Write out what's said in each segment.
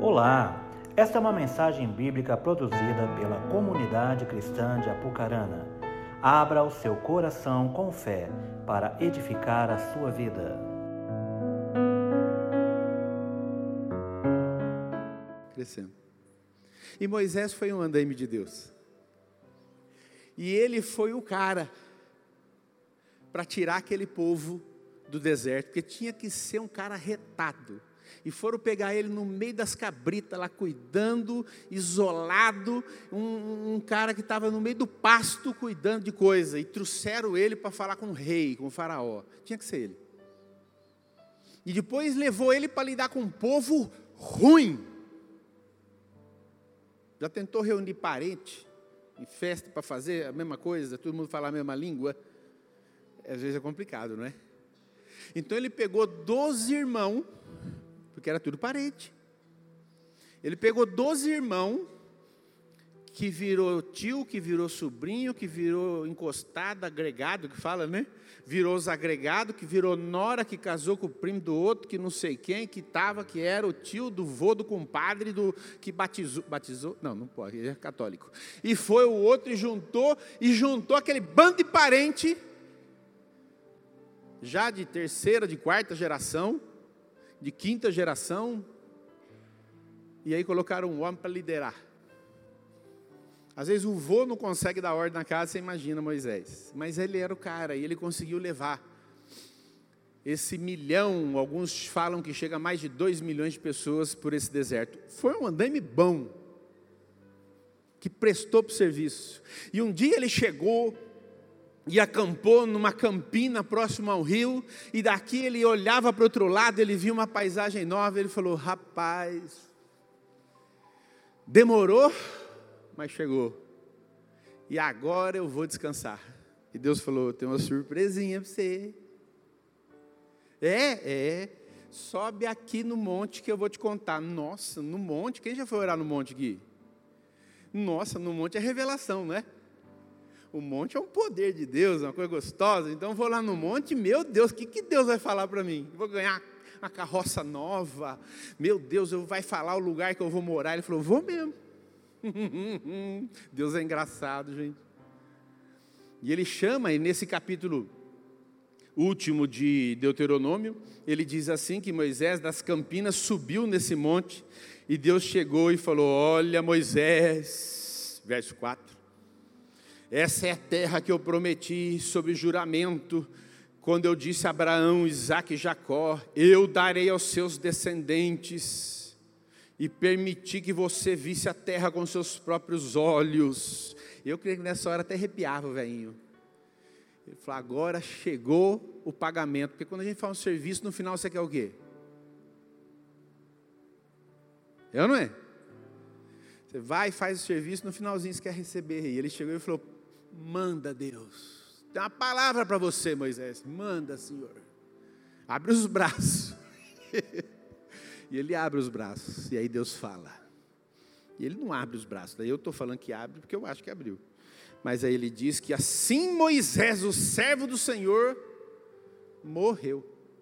Olá, esta é uma mensagem bíblica produzida pela Comunidade Cristã de Apucarana. Abra o seu coração com fé para edificar a sua vida. Crescendo. E Moisés foi um andaime de Deus. E ele foi o cara para tirar aquele povo do deserto, porque tinha que ser um cara retado. E foram pegar ele no meio das cabritas, lá cuidando, isolado, um cara que estava no meio do pasto cuidando de coisa. E trouxeram ele para falar com o rei, com o faraó. Tinha que ser ele. E depois levou ele para lidar com um povo ruim. Já tentou reunir parente em festa para fazer a mesma coisa, todo mundo falar a mesma língua? Às vezes é complicado, não é? Então ele pegou 12 irmãos, porque era tudo parente. Ele pegou 12 irmãos, que virou tio, que virou sobrinho, que virou encostado, agregado, que fala, né? Virou os agregados, que virou nora, que casou com o primo do outro, que não sei quem, que era o tio do vô, do compadre, que batizou, não pode, ele é católico. E foi o outro e juntou aquele bando de parente, já de terceira, de quarta geração, de quinta geração, e aí colocaram um homem para liderar. Às vezes o vô não consegue dar ordem na casa, você imagina Moisés. Mas ele era o cara, e ele conseguiu levar esse milhão, alguns falam que chega a mais de 2 milhões de pessoas por esse deserto. Foi um andaime bom, que prestou para o serviço. E um dia ele chegou e acampou numa campina próxima ao rio, e daqui ele olhava para o outro lado, ele viu uma paisagem nova, ele falou: rapaz, demorou, mas chegou, e agora eu vou descansar. E Deus falou: tem uma surpresinha para você. Sobe aqui no monte que eu vou te contar. Nossa, no monte, quem já foi orar no monte aqui? Nossa, no monte é revelação, não é? O monte é um poder de Deus, uma coisa gostosa. Então eu vou lá no monte, meu Deus, o que Deus vai falar para mim? Eu vou ganhar uma carroça nova, meu Deus, vai falar o lugar que eu vou morar. Ele falou: vou mesmo. Deus é engraçado, gente. E ele chama, e nesse capítulo último de Deuteronômio, ele diz assim, que Moisés das Campinas subiu nesse monte, e Deus chegou e falou: olha Moisés, verso 4, essa é a terra que eu prometi sob juramento, quando eu disse a Abraão, Isaque e Jacó: eu darei aos seus descendentes, e permiti que você visse a terra com seus próprios olhos. Eu creio que nessa hora até arrepiava o velhinho. Ele falou: agora chegou o pagamento, porque quando a gente faz um serviço, no final você quer o quê? É ou não é? Você vai e faz o serviço, no finalzinho você quer receber. E ele chegou e falou: manda, Deus, tem uma palavra para você, Moisés. Manda, Senhor. Abre os braços. E ele abre os braços, e aí Deus fala. E ele não abre os braços, daí eu estou falando que abre porque eu acho que abriu. Mas aí ele diz que assim Moisés, o servo do Senhor, morreu.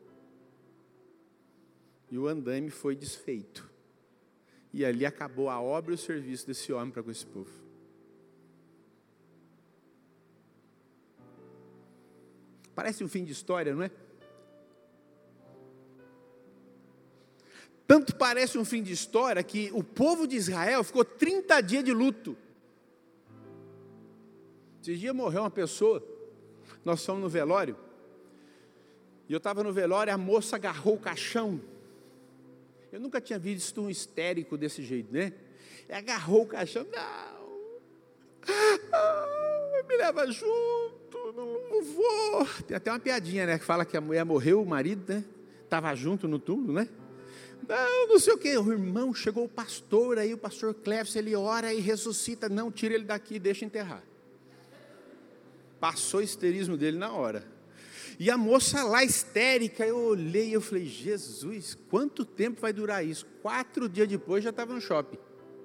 E o andaime foi desfeito. E ali acabou a obra e o serviço desse homem para com esse povo. Parece um fim de história, não é? Tanto parece um fim de história que o povo de Israel ficou 30 dias de luto. Esses dias morreu uma pessoa, nós fomos no velório, e eu estava no velório, a moça agarrou o caixão. Eu nunca tinha visto um histérico desse jeito, né? E agarrou o caixão: não, me leva junto, não vou. Tem até uma piadinha, né, que fala que a mulher morreu, o marido, né, estava junto no túmulo, né? Não sei o que, o irmão, chegou o pastor, aí o pastor Cleves, ele ora e ressuscita. Não, tira ele daqui, deixa enterrar. Passou o histerismo dele na hora. E a moça lá histérica, eu olhei e eu falei: Jesus, quanto tempo vai durar isso? 4 dias depois já estava no shopping.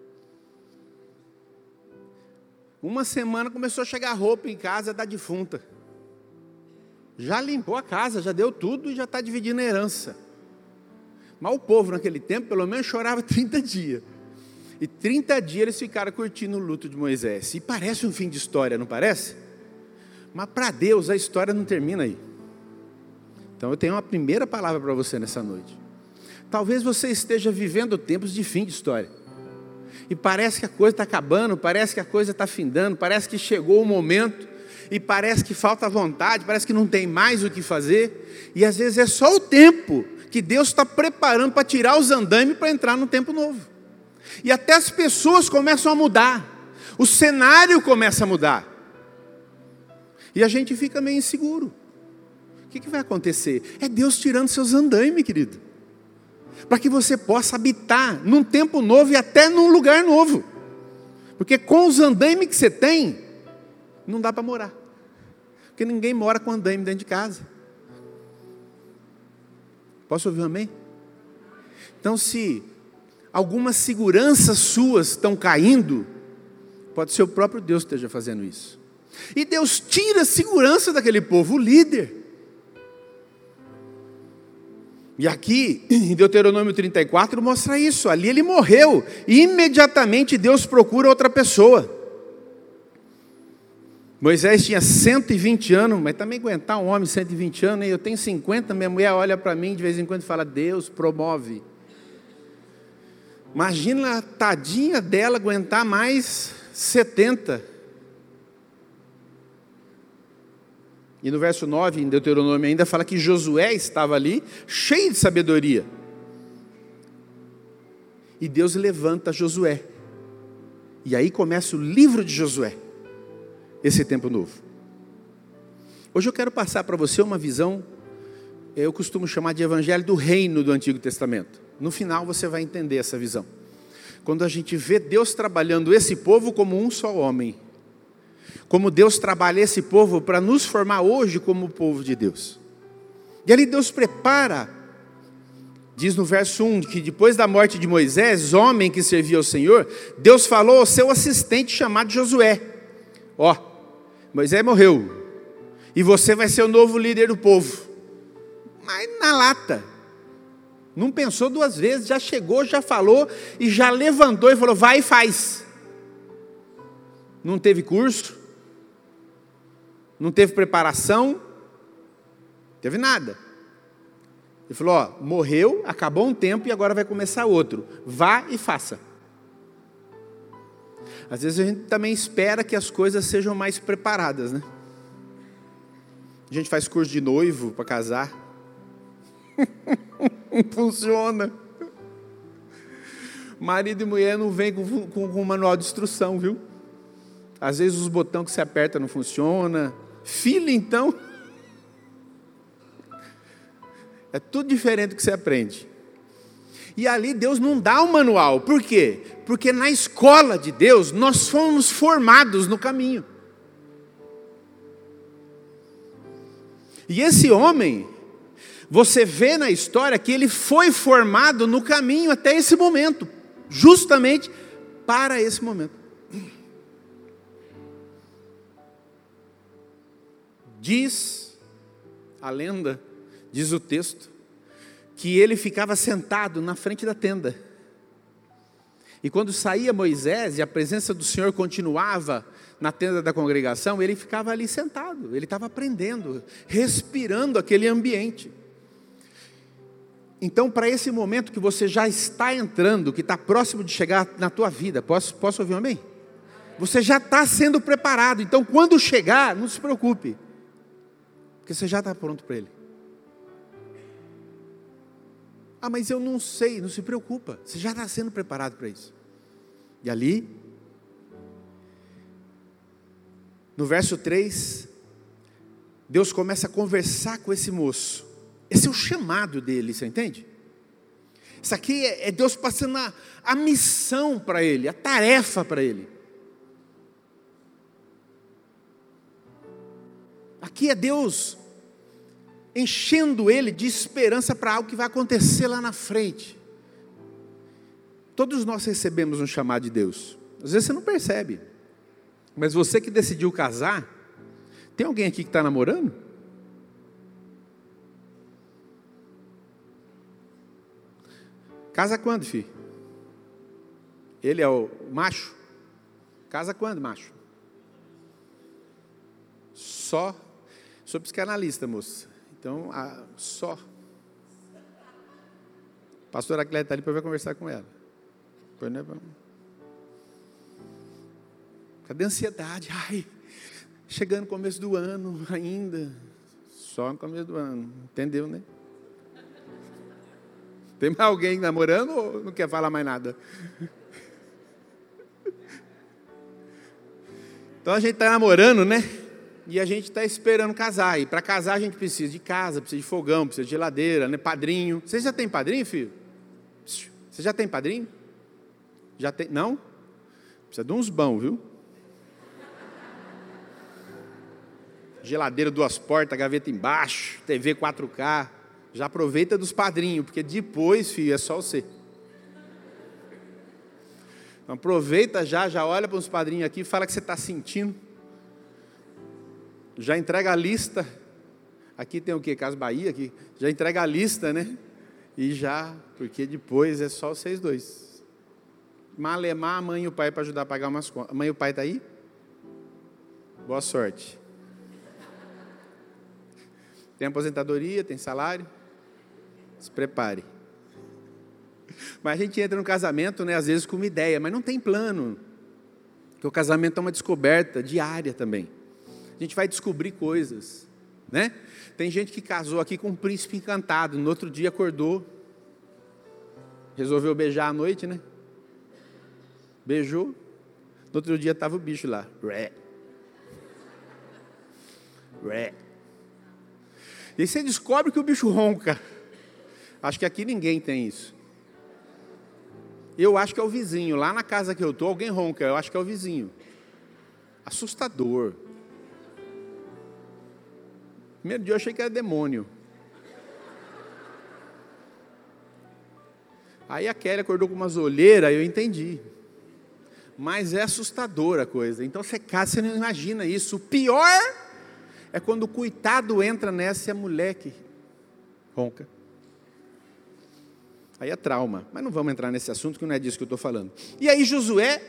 Uma semana começou a chegar roupa em casa da defunta. Já limpou a casa, já deu tudo e já está dividindo a herança. Mas o povo naquele tempo, pelo menos, chorava 30 dias. E 30 dias eles ficaram curtindo o luto de Moisés. E parece um fim de história, não parece? Mas para Deus a história não termina aí. Então eu tenho uma primeira palavra para você nessa noite. Talvez você esteja vivendo tempos de fim de história. E parece que a coisa está acabando, parece que a coisa está findando, parece que chegou o momento, e parece que falta vontade, parece que não tem mais o que fazer. E às vezes é só o tempo que Deus está preparando para tirar os andaimes para entrar no tempo novo. E até as pessoas começam a mudar, o cenário começa a mudar. E a gente fica meio inseguro. O que vai acontecer? É Deus tirando seus andaimes, querido. Para que você possa habitar num tempo novo e até num lugar novo. Porque com os andaimes que você tem, não dá para morar. Porque ninguém mora com andaime dentro de casa. Posso ouvir um amém? Então, se algumas seguranças suas estão caindo, pode ser o próprio Deus que esteja fazendo isso. E Deus tira a segurança daquele povo, o líder. E aqui, em Deuteronômio 34, mostra isso. Ali ele morreu. E imediatamente Deus procura outra pessoa. Moisés tinha 120 anos, mas também aguentar um homem 120 anos, hein? Eu tenho 50, minha mulher olha para mim de vez em quando e fala, Deus promove. Imagina a tadinha dela aguentar mais 70. E no verso 9, em Deuteronômio ainda fala que Josué estava ali, cheio de sabedoria. E Deus levanta Josué. E aí começa o livro de Josué, esse tempo novo. Hoje eu quero passar para você uma visão, eu costumo chamar de evangelho do reino do Antigo Testamento. No final você vai entender essa visão. Quando a gente vê Deus trabalhando esse povo como um só homem. Como Deus trabalha esse povo para nos formar hoje como o povo de Deus. E ali Deus prepara, diz no verso 1, que depois da morte de Moisés, homem que servia ao Senhor, Deus falou ao seu assistente chamado Josué, ó, Moisés morreu, e você vai ser o novo líder do povo. Mas na lata, não pensou duas vezes, já chegou, já falou, e já levantou e falou, vai e faz. Não teve curso, não teve preparação, não teve nada. Ele falou, ó, morreu, acabou um tempo e agora vai começar outro. Vá e faça. Às vezes a gente também espera que as coisas sejam mais preparadas, né? A gente faz curso de noivo para casar. Não funciona. Marido e mulher não vêm com manual de instrução, viu? Às vezes os botões que você aperta não funcionam. Filho, então, é tudo diferente do que você aprende. E ali Deus não dá um manual. Por quê? Porque na escola de Deus nós fomos formados no caminho. E esse homem, você vê na história que ele foi formado no caminho até esse momento, justamente para esse momento. Diz a lenda, diz o texto, que ele ficava sentado na frente da tenda. E quando saía Moisés e a presença do Senhor continuava na tenda da congregação, ele ficava ali sentado, ele estava aprendendo, respirando aquele ambiente. Então, para esse momento que você já está entrando, que está próximo de chegar na tua vida, posso ouvir um amém? Você já está sendo preparado, então quando chegar, não se preocupe, porque você já está pronto para ele. Ah, mas eu não sei, não se preocupa, você já está sendo preparado para isso. E ali, no verso 3, Deus começa a conversar com esse moço. Esse é o chamado dele, você entende? Isso aqui é Deus passando a missão para ele, a tarefa para ele. Aqui é Deus enchendo ele de esperança para algo que vai acontecer lá na frente. Todos nós recebemos um chamado de Deus. Às vezes você não percebe. Mas você que decidiu casar, tem alguém aqui que está namorando? Casa quando, filho? Ele é o macho? Casa quando, macho? Só. Sou psicanalista, moça. Então, só. A pastora Cléia está ali para eu conversar com ela. Pois não é bom. Cadê a ansiedade? Ai, chegando no começo do ano ainda. Só no começo do ano. Entendeu, né? Tem mais alguém namorando ou não quer falar mais nada? Então a gente está namorando, né? E a gente está esperando casar. E para casar a gente precisa de casa, precisa de fogão, precisa de geladeira, né? Padrinho. Você já tem padrinho, filho? Você já tem padrinho? Já tem? Não? Precisa de uns bons, viu? Geladeira 2 portas, gaveta embaixo, TV 4K. Já aproveita dos padrinhos, porque depois, filho, é só você. Então aproveita já olha para os padrinhos aqui, fala o que você está sentindo. Já entrega a lista. Aqui tem o quê? Casa Bahia aqui. Já entrega a lista, né? E já, porque depois é só vocês dois. Malemar a mãe e o pai para ajudar a pagar umas contas. A mãe e o pai está aí? Boa sorte. Tem aposentadoria, tem salário. Se prepare. Mas a gente entra no casamento, né, às vezes com uma ideia, mas não tem plano. Porque o casamento é uma descoberta diária também. A gente vai descobrir coisas, né? Tem gente que casou aqui com um príncipe encantado, no outro dia acordou, resolveu beijar à noite, né? Beijou, no outro dia estava o bicho lá. Ré. E você descobre que o bicho ronca. Acho que aqui ninguém tem isso. Eu acho que é o vizinho. Lá na casa que eu estou, alguém ronca. Eu acho que é o vizinho. Assustador. Primeiro dia eu achei que era demônio. Aí a Kelly acordou com umas olheiras, eu entendi. Mas é assustadora a coisa. Então você casa, você não imagina isso. O pior é quando o coitado entra nessa e a mulher que ronca. Aí é trauma. Mas não vamos entrar nesse assunto, que não é disso que eu estou falando. E aí Josué,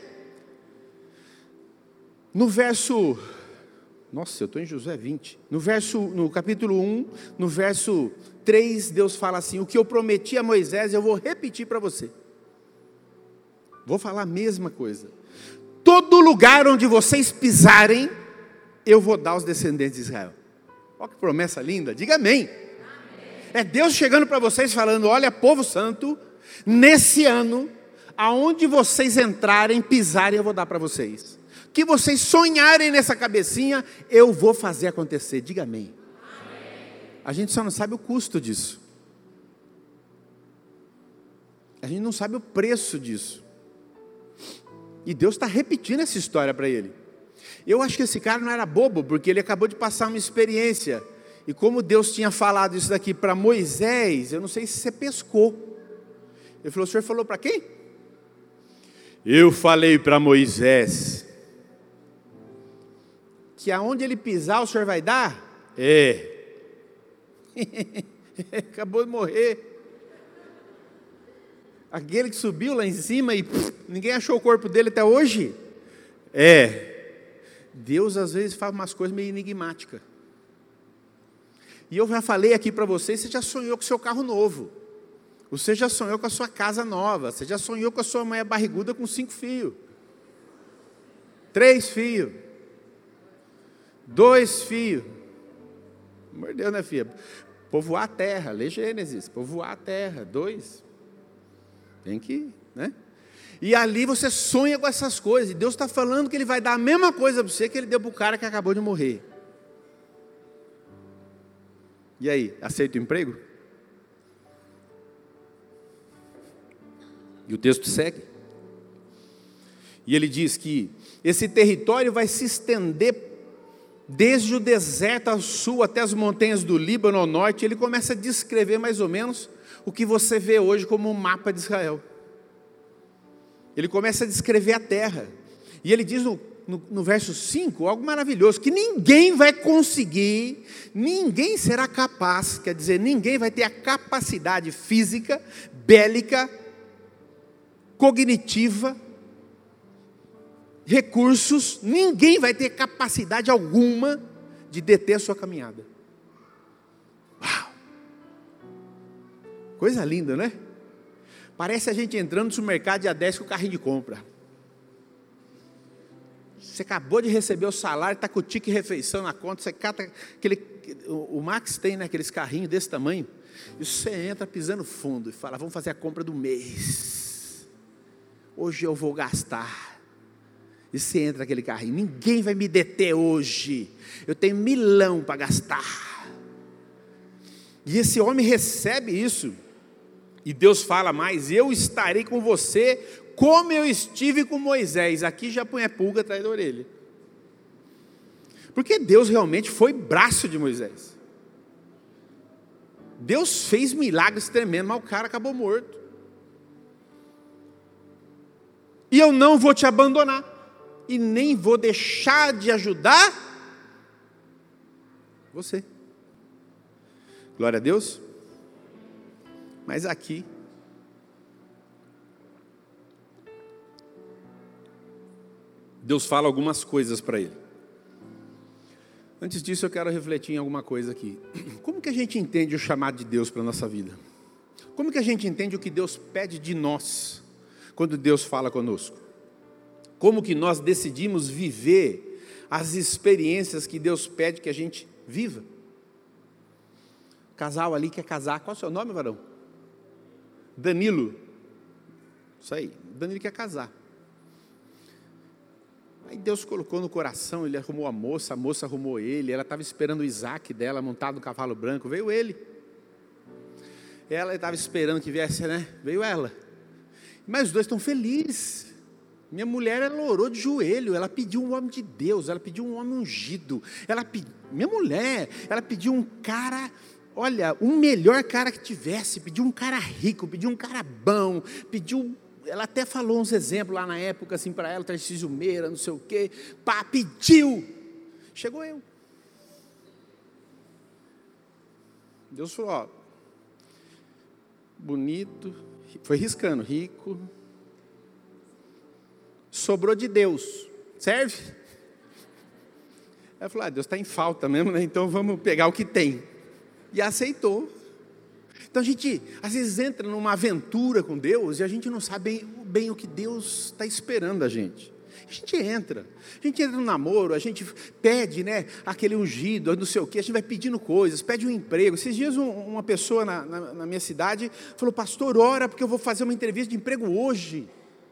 no verso... Nossa, eu estou em Josué 20. No capítulo 1, no verso 3, Deus fala assim: o que eu prometi a Moisés, eu vou repetir para você. Vou falar a mesma coisa. Todo lugar onde vocês pisarem, eu vou dar aos descendentes de Israel. Olha que promessa linda, diga amém. É Deus chegando para vocês falando: olha, povo santo, nesse ano, aonde vocês entrarem, pisarem, eu vou dar para vocês. Que vocês sonharem nessa cabecinha, eu vou fazer acontecer. Diga amém. A gente só não sabe o custo disso. A gente não sabe o preço disso. E Deus está repetindo essa história para ele. Eu acho que esse cara não era bobo, porque ele acabou de passar uma experiência. E como Deus tinha falado isso daqui para Moisés, eu não sei se você pescou. Ele falou: o senhor falou para quem? Eu falei para Moisés que aonde ele pisar o senhor vai dar? Acabou de morrer. Aquele que subiu lá em cima e ninguém achou o corpo dele até hoje? Deus às vezes faz umas coisas meio enigmáticas. E eu já falei aqui para você já sonhou com o seu carro novo. Você já sonhou com a sua casa nova. Você já sonhou com a sua mãe barriguda com 5 filhos. 3 filhos. 2 filhos. Pelo amor de Deus, né, filha? Povoar a terra. Lê Gênesis. Povoar a terra. 2. Tem que, né? E ali você sonha com essas coisas. E Deus está falando que Ele vai dar a mesma coisa para você que Ele deu para o cara que acabou de morrer. E aí, aceita o emprego? E o texto segue. E ele diz que esse território vai se estender desde o deserto ao sul até as montanhas do Líbano ao norte. Ele começa a descrever mais ou menos o que você vê hoje como um mapa de Israel. Ele começa a descrever a terra. E ele diz no verso 5, algo maravilhoso, que ninguém vai conseguir, ninguém será capaz, quer dizer, ninguém vai ter a capacidade física, bélica, cognitiva, recursos, ninguém vai ter capacidade alguma de deter a sua caminhada. Uau! Coisa linda, né? Parece a gente entrando no supermercado dia 10 com o carrinho de compra. Você acabou de receber o salário, está com o tique refeição na conta, você cata aquele... O Max tem, né, aqueles carrinhos desse tamanho, e você entra pisando fundo e fala, vamos fazer a compra do mês. Hoje eu vou gastar. E você entra naquele carrinho, ninguém vai me deter hoje. Eu tenho 1.000 para gastar. E esse homem recebe isso. E Deus fala mais, eu estarei com você como eu estive com Moisés. Aqui já põe a pulga atrás da orelha. Porque Deus realmente foi braço de Moisés. Deus fez milagres tremendos, mas o cara acabou morto. E eu não vou te abandonar. E nem vou deixar de ajudar você. Glória a Deus. Mas aqui, Deus fala algumas coisas para ele. Antes disso, eu quero refletir em alguma coisa aqui. Como que a gente entende o chamado de Deus para a nossa vida? Como que a gente entende o que Deus pede de nós, quando Deus fala conosco? Como que nós decidimos viver as experiências que Deus pede que a gente viva? O casal ali quer casar, qual é o seu nome, varão? Danilo. Isso aí, Danilo quer casar. Aí Deus colocou no coração, ele arrumou a moça arrumou ele, ela estava esperando o Isaac dela, montado no cavalo branco, veio ele. Ela estava esperando que viesse, né? Veio ela. Mas os dois estão felizes. Minha mulher, ela orou de joelho, ela pediu um homem de Deus, ela pediu um homem ungido. Minha mulher, ela pediu um cara, olha, o melhor cara que tivesse, pediu um cara rico, pediu um cara bom, pediu... Ela até falou uns exemplos lá na época, assim, para ela, Tarcísio Meira, não sei o quê. Pá, pediu. Chegou eu. Deus falou, ó, bonito, foi riscando, rico. Sobrou de Deus, serve? Ela falou, Deus está em falta mesmo, né? Então vamos pegar o que tem. E aceitou. Então a gente, às vezes, entra numa aventura com Deus e a gente não sabe bem o que Deus está esperando da gente. A gente entra no namoro, a gente pede, né, aquele ungido, não sei o quê, a gente vai pedindo coisas, pede um emprego. Esses dias uma pessoa na minha cidade falou, pastor, ora, porque eu vou fazer uma entrevista de emprego hoje.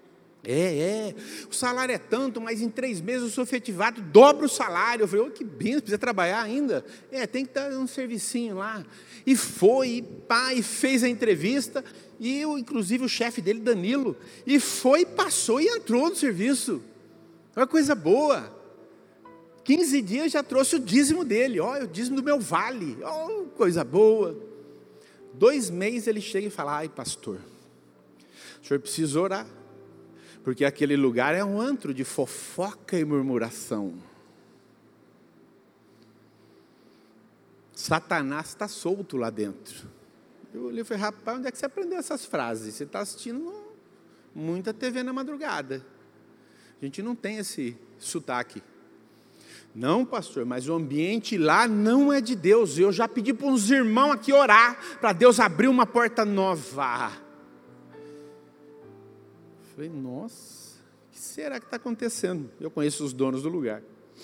O salário é tanto, mas em 3 meses eu sou efetivado, dobro o salário. Eu falei, que benção, precisa trabalhar ainda? Tem que dar um servicinho lá. E foi, e fez a entrevista, e inclusive o chefe dele, Danilo, e foi, passou e entrou no serviço. Uma coisa boa. 15 dias já trouxe o dízimo dele, o dízimo do meu vale, coisa boa. 2 meses ele chega e fala, ai pastor, o senhor precisa orar. Porque aquele lugar é um antro de fofoca e murmuração. Satanás está solto lá dentro. Eu olhei e falei, rapaz, onde é que você aprendeu essas frases? Você está assistindo muita TV na madrugada. A gente não tem esse sotaque. Não, pastor, mas o ambiente lá não é de Deus. Eu já pedi para uns irmãos aqui orar, para Deus abrir uma porta nova. Falei, nossa, o que será que está acontecendo? Eu conheço os donos do lugar.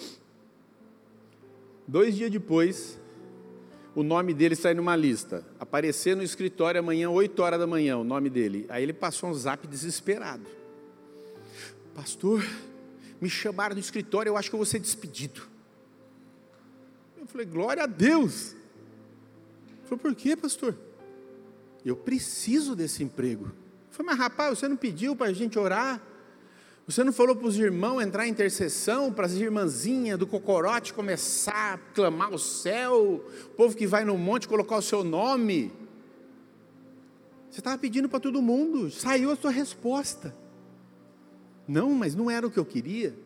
2 dias depois, o nome dele sai numa lista. Aparecer no escritório amanhã, 8 horas da manhã, o nome dele. Aí ele passou um zap desesperado. Pastor, me chamaram no escritório, eu acho que eu vou ser despedido. Eu falei, glória a Deus. Ele falou, por quê, pastor? Eu preciso desse emprego. Eu falei, mas rapaz, você não pediu para a gente orar? Você não falou para os irmãos entrar em intercessão, para as irmãzinhas do Cocorote começar a clamar ao céu, o povo que vai no monte colocar o seu nome? Você estava pedindo para todo mundo, saiu a sua resposta. Não, mas não era o que eu queria.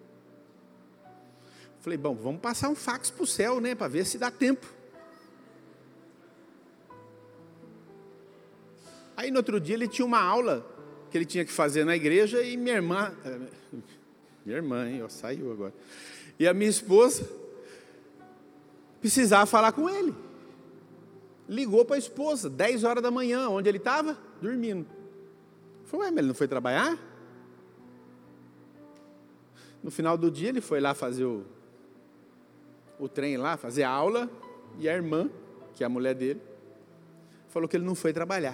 Falei, bom, vamos passar um fax para o céu, né, para ver se dá tempo. Aí no outro dia ele tinha uma aula que ele tinha que fazer na igreja, e minha irmã, hein, ó, saiu agora, e a minha esposa precisava falar com ele. Ligou para a esposa, 10 horas da manhã, onde ele estava? Dormindo. Falou, mas ele não foi trabalhar? No final do dia, ele foi lá fazer o trem lá, fazer a aula, e a irmã, que é a mulher dele, falou que ele não foi trabalhar.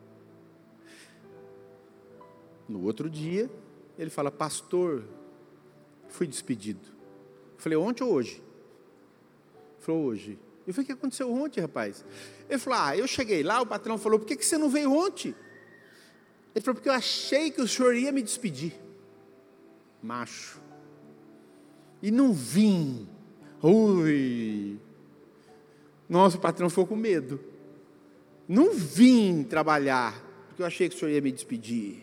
No outro dia, ele fala, pastor, fui despedido. Eu falei, ontem ou hoje? Ele falou, hoje. Eu falei, o que aconteceu ontem, rapaz? Ele falou, eu cheguei lá, o patrão falou, por que você não veio ontem? Ele falou, porque eu achei que o senhor ia me despedir. Macho. E não vim. Ui. Nossa, o patrão ficou com medo. Não vim trabalhar, porque eu achei que o senhor ia me despedir.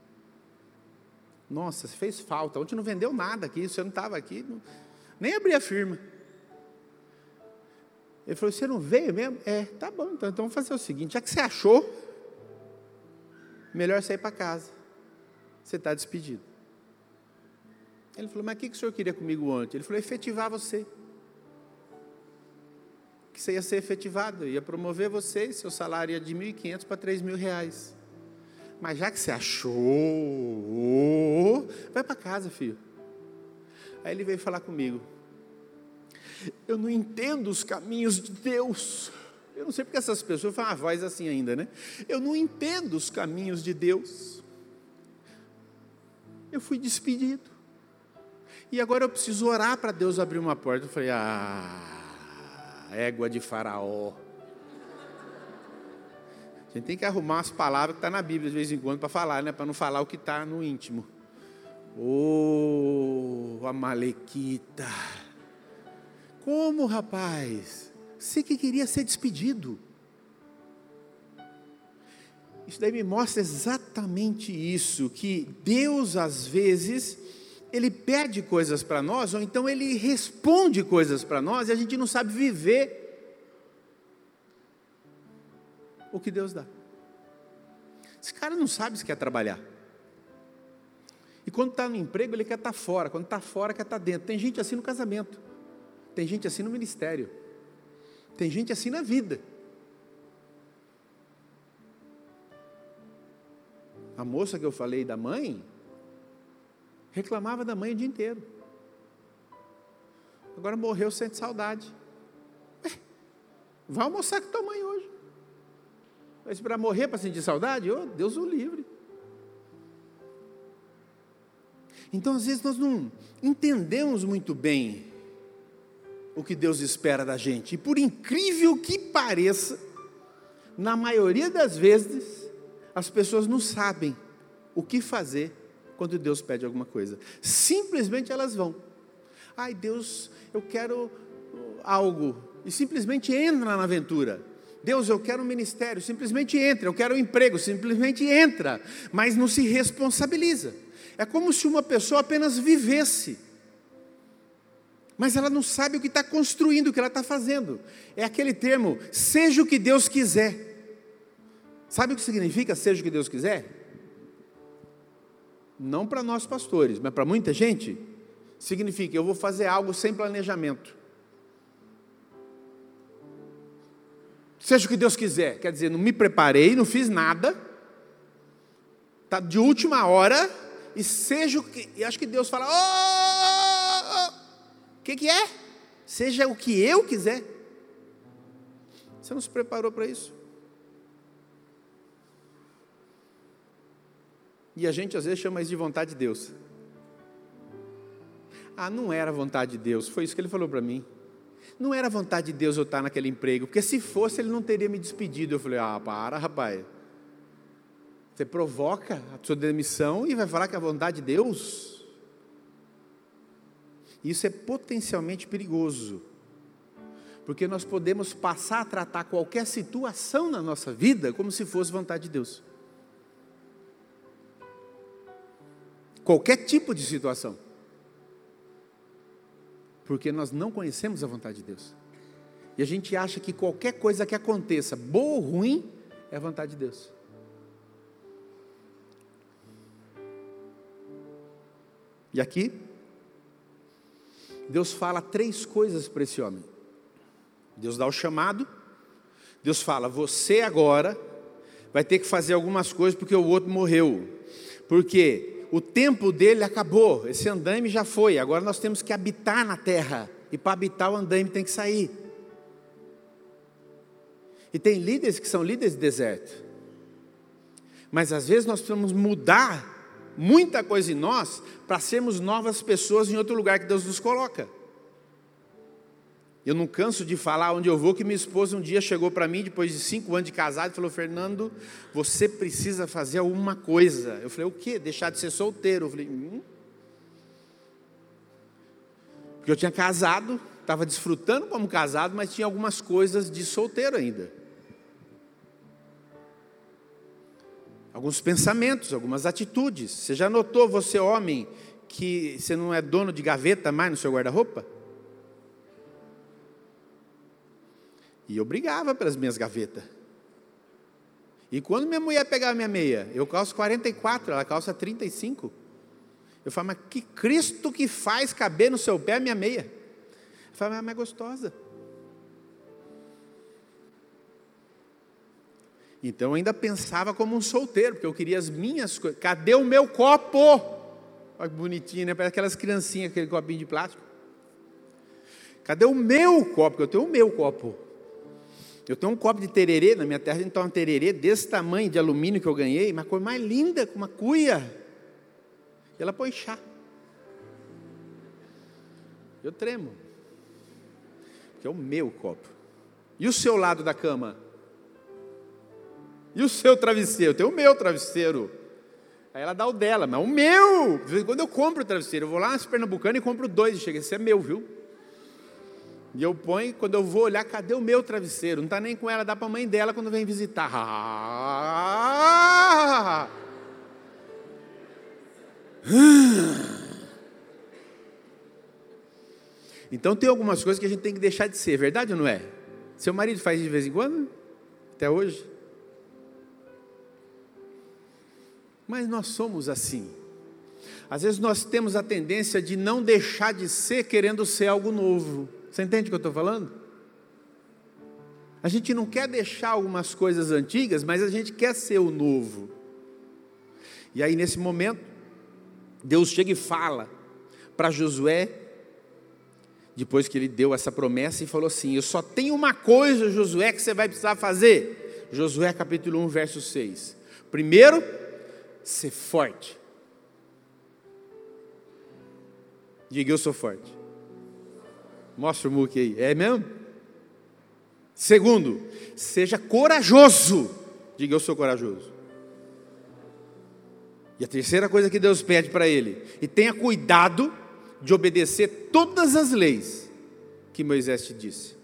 Nossa, você fez falta. Ontem não vendeu nada aqui, você não estava aqui, nem abri a firma. Ele falou, você não veio mesmo? Tá bom, então vamos fazer o seguinte, já que você achou, melhor sair para casa. Você está despedido. Ele falou, mas o que o senhor queria comigo ontem? Ele falou, efetivar você. Que você ia ser efetivado, eu ia promover você, seu salário ia de R$1.500 para R$3.000. Mas já que você achou, vai para casa, filho. Aí ele veio falar comigo. Eu não entendo os caminhos de Deus. Eu não sei porque essas pessoas falam uma voz assim ainda, né? Eu não entendo os caminhos de Deus. Eu fui despedido. E agora eu preciso orar para Deus abrir uma porta. Eu falei, égua de Faraó. A gente tem que arrumar as palavras que estão na Bíblia de vez em quando para falar, né? Para não falar o que está no íntimo. Amalequita. Como, rapaz? Você que queria ser despedido. Isso daí me mostra exatamente isso, que Deus, às vezes, Ele pede coisas para nós, ou então Ele responde coisas para nós, e a gente não sabe viver o que Deus dá. Esse cara não sabe se quer trabalhar. E quando está no emprego, ele quer estar fora. Quando está fora, quer estar dentro. Tem gente assim no casamento. Tem gente assim no ministério. Tem gente assim na vida. A moça que eu falei da mãe, reclamava da mãe o dia inteiro. Agora morreu, sente saudade. Vai almoçar com tua mãe hoje. Vai esperar morrer para sentir saudade? Deus o livre. Então, às vezes, nós não entendemos muito bem o que Deus espera da gente. E por incrível que pareça, na maioria das vezes, as pessoas não sabem o que fazer quando Deus pede alguma coisa. Simplesmente elas vão. Ai, Deus, eu quero algo. E simplesmente entra na aventura. Deus, eu quero um ministério. Simplesmente entra. Eu quero um emprego. Simplesmente entra. Mas não se responsabiliza. É como se uma pessoa apenas vivesse. Mas ela não sabe o que está construindo, o que ela está fazendo. É aquele termo, seja o que Deus quiser. Sabe o que significa seja o que Deus quiser? Não para nós pastores, mas para muita gente, significa eu vou fazer algo sem planejamento. Seja o que Deus quiser, quer dizer, não me preparei, não fiz nada, está de última hora, e seja o que, e acho que Deus fala, o que é? Seja o que eu quiser. Você não se preparou para isso? E a gente às vezes chama isso de vontade de Deus. Não era vontade de Deus, foi isso que ele falou para mim. Não era vontade de Deus eu estar naquele emprego, porque se fosse ele não teria me despedido. Eu falei, para rapaz, você provoca a sua demissão e vai falar que é a vontade de Deus? Isso é potencialmente perigoso, porque nós podemos passar a tratar qualquer situação na nossa vida como se fosse vontade de Deus. Qualquer tipo de situação. Porque nós não conhecemos a vontade de Deus. E a gente acha que qualquer coisa que aconteça, boa ou ruim, é a vontade de Deus. E aqui, Deus fala 3 coisas para esse homem. Deus dá o chamado, Deus fala, você agora vai ter que fazer algumas coisas porque o outro morreu. Porque o tempo dele acabou, esse andaime já foi, agora nós temos que habitar na terra. E para habitar o andaime tem que sair. E tem líderes que são líderes de deserto. Mas às vezes nós precisamos mudar muita coisa em nós para sermos novas pessoas em outro lugar que Deus nos coloca. Eu não canso de falar onde eu vou, que minha esposa um dia chegou para mim, depois de 5 anos de casado, e falou, Fernando, você precisa fazer alguma coisa. Eu falei, o quê? Deixar de ser solteiro. Eu falei, Porque eu tinha casado, estava desfrutando como casado, mas tinha algumas coisas de solteiro ainda. Alguns pensamentos, algumas atitudes. Você já notou, você homem, que você não é dono de gaveta mais no seu guarda-roupa? E eu brigava pelas minhas gavetas. E quando minha mulher pegava minha meia, eu calço 44, ela calça 35. Eu falo, mas que Cristo que faz caber no seu pé a minha meia? Eu falo, mas é gostosa. Então eu ainda pensava como um solteiro, porque eu queria as minhas coisas. Cadê o meu copo? Olha que bonitinho, né? Parece aquelas criancinhas, aquele copinho de plástico. Cadê o meu copo? Porque eu tenho o meu copo. Eu tenho um copo de tererê, na minha terra a gente toma um tererê desse tamanho de alumínio que eu ganhei, uma cor mais linda, com uma cuia. E ela põe chá. Eu tremo. Porque é o meu copo. E o seu lado da cama? E o seu travesseiro? Eu tenho o meu travesseiro. Aí ela dá o dela, mas o meu! De vez em quando eu compro o travesseiro, eu vou lá nas Pernambucanas e compro 2, e chega, esse é meu, viu? E eu ponho, quando eu vou olhar, cadê o meu travesseiro? Não está nem com ela, dá para a mãe dela quando vem visitar. Então tem algumas coisas que a gente tem que deixar de ser, verdade ou não é? Seu marido faz isso de vez em quando? Até hoje? Mas nós somos assim. Às vezes nós temos a tendência de não deixar de ser querendo ser algo novo. Você entende o que eu estou falando? A gente não quer deixar algumas coisas antigas, mas a gente quer ser o novo. E aí nesse momento, Deus chega e fala para Josué, depois que ele deu essa promessa e falou assim, eu só tenho uma coisa, Josué, que você vai precisar fazer. Josué capítulo 1, verso 6. Primeiro, ser forte. Diga, eu sou forte. Mostra o muque aí. É mesmo? Segundo, seja corajoso. Diga, eu sou corajoso. E a terceira coisa que Deus pede para ele, e tenha cuidado de obedecer todas as leis que Moisés te disse.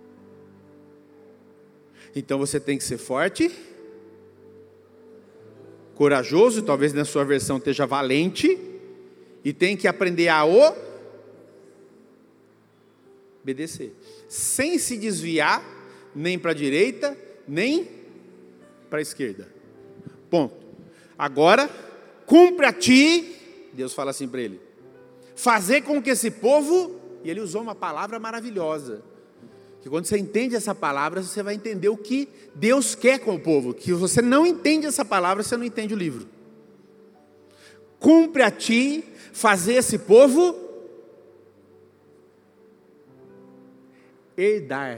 Então você tem que ser forte, corajoso, talvez na sua versão esteja valente, e tem que aprender a obedecer, sem se desviar, nem para a direita, nem para a esquerda. Ponto. Agora, cumpre a ti, Deus fala assim para ele, fazer com que esse povo, e ele usou uma palavra maravilhosa, que quando você entende essa palavra, você vai entender o que Deus quer com o povo, que você não entende essa palavra, você não entende o livro. Cumpre a ti, fazer esse povo herdar.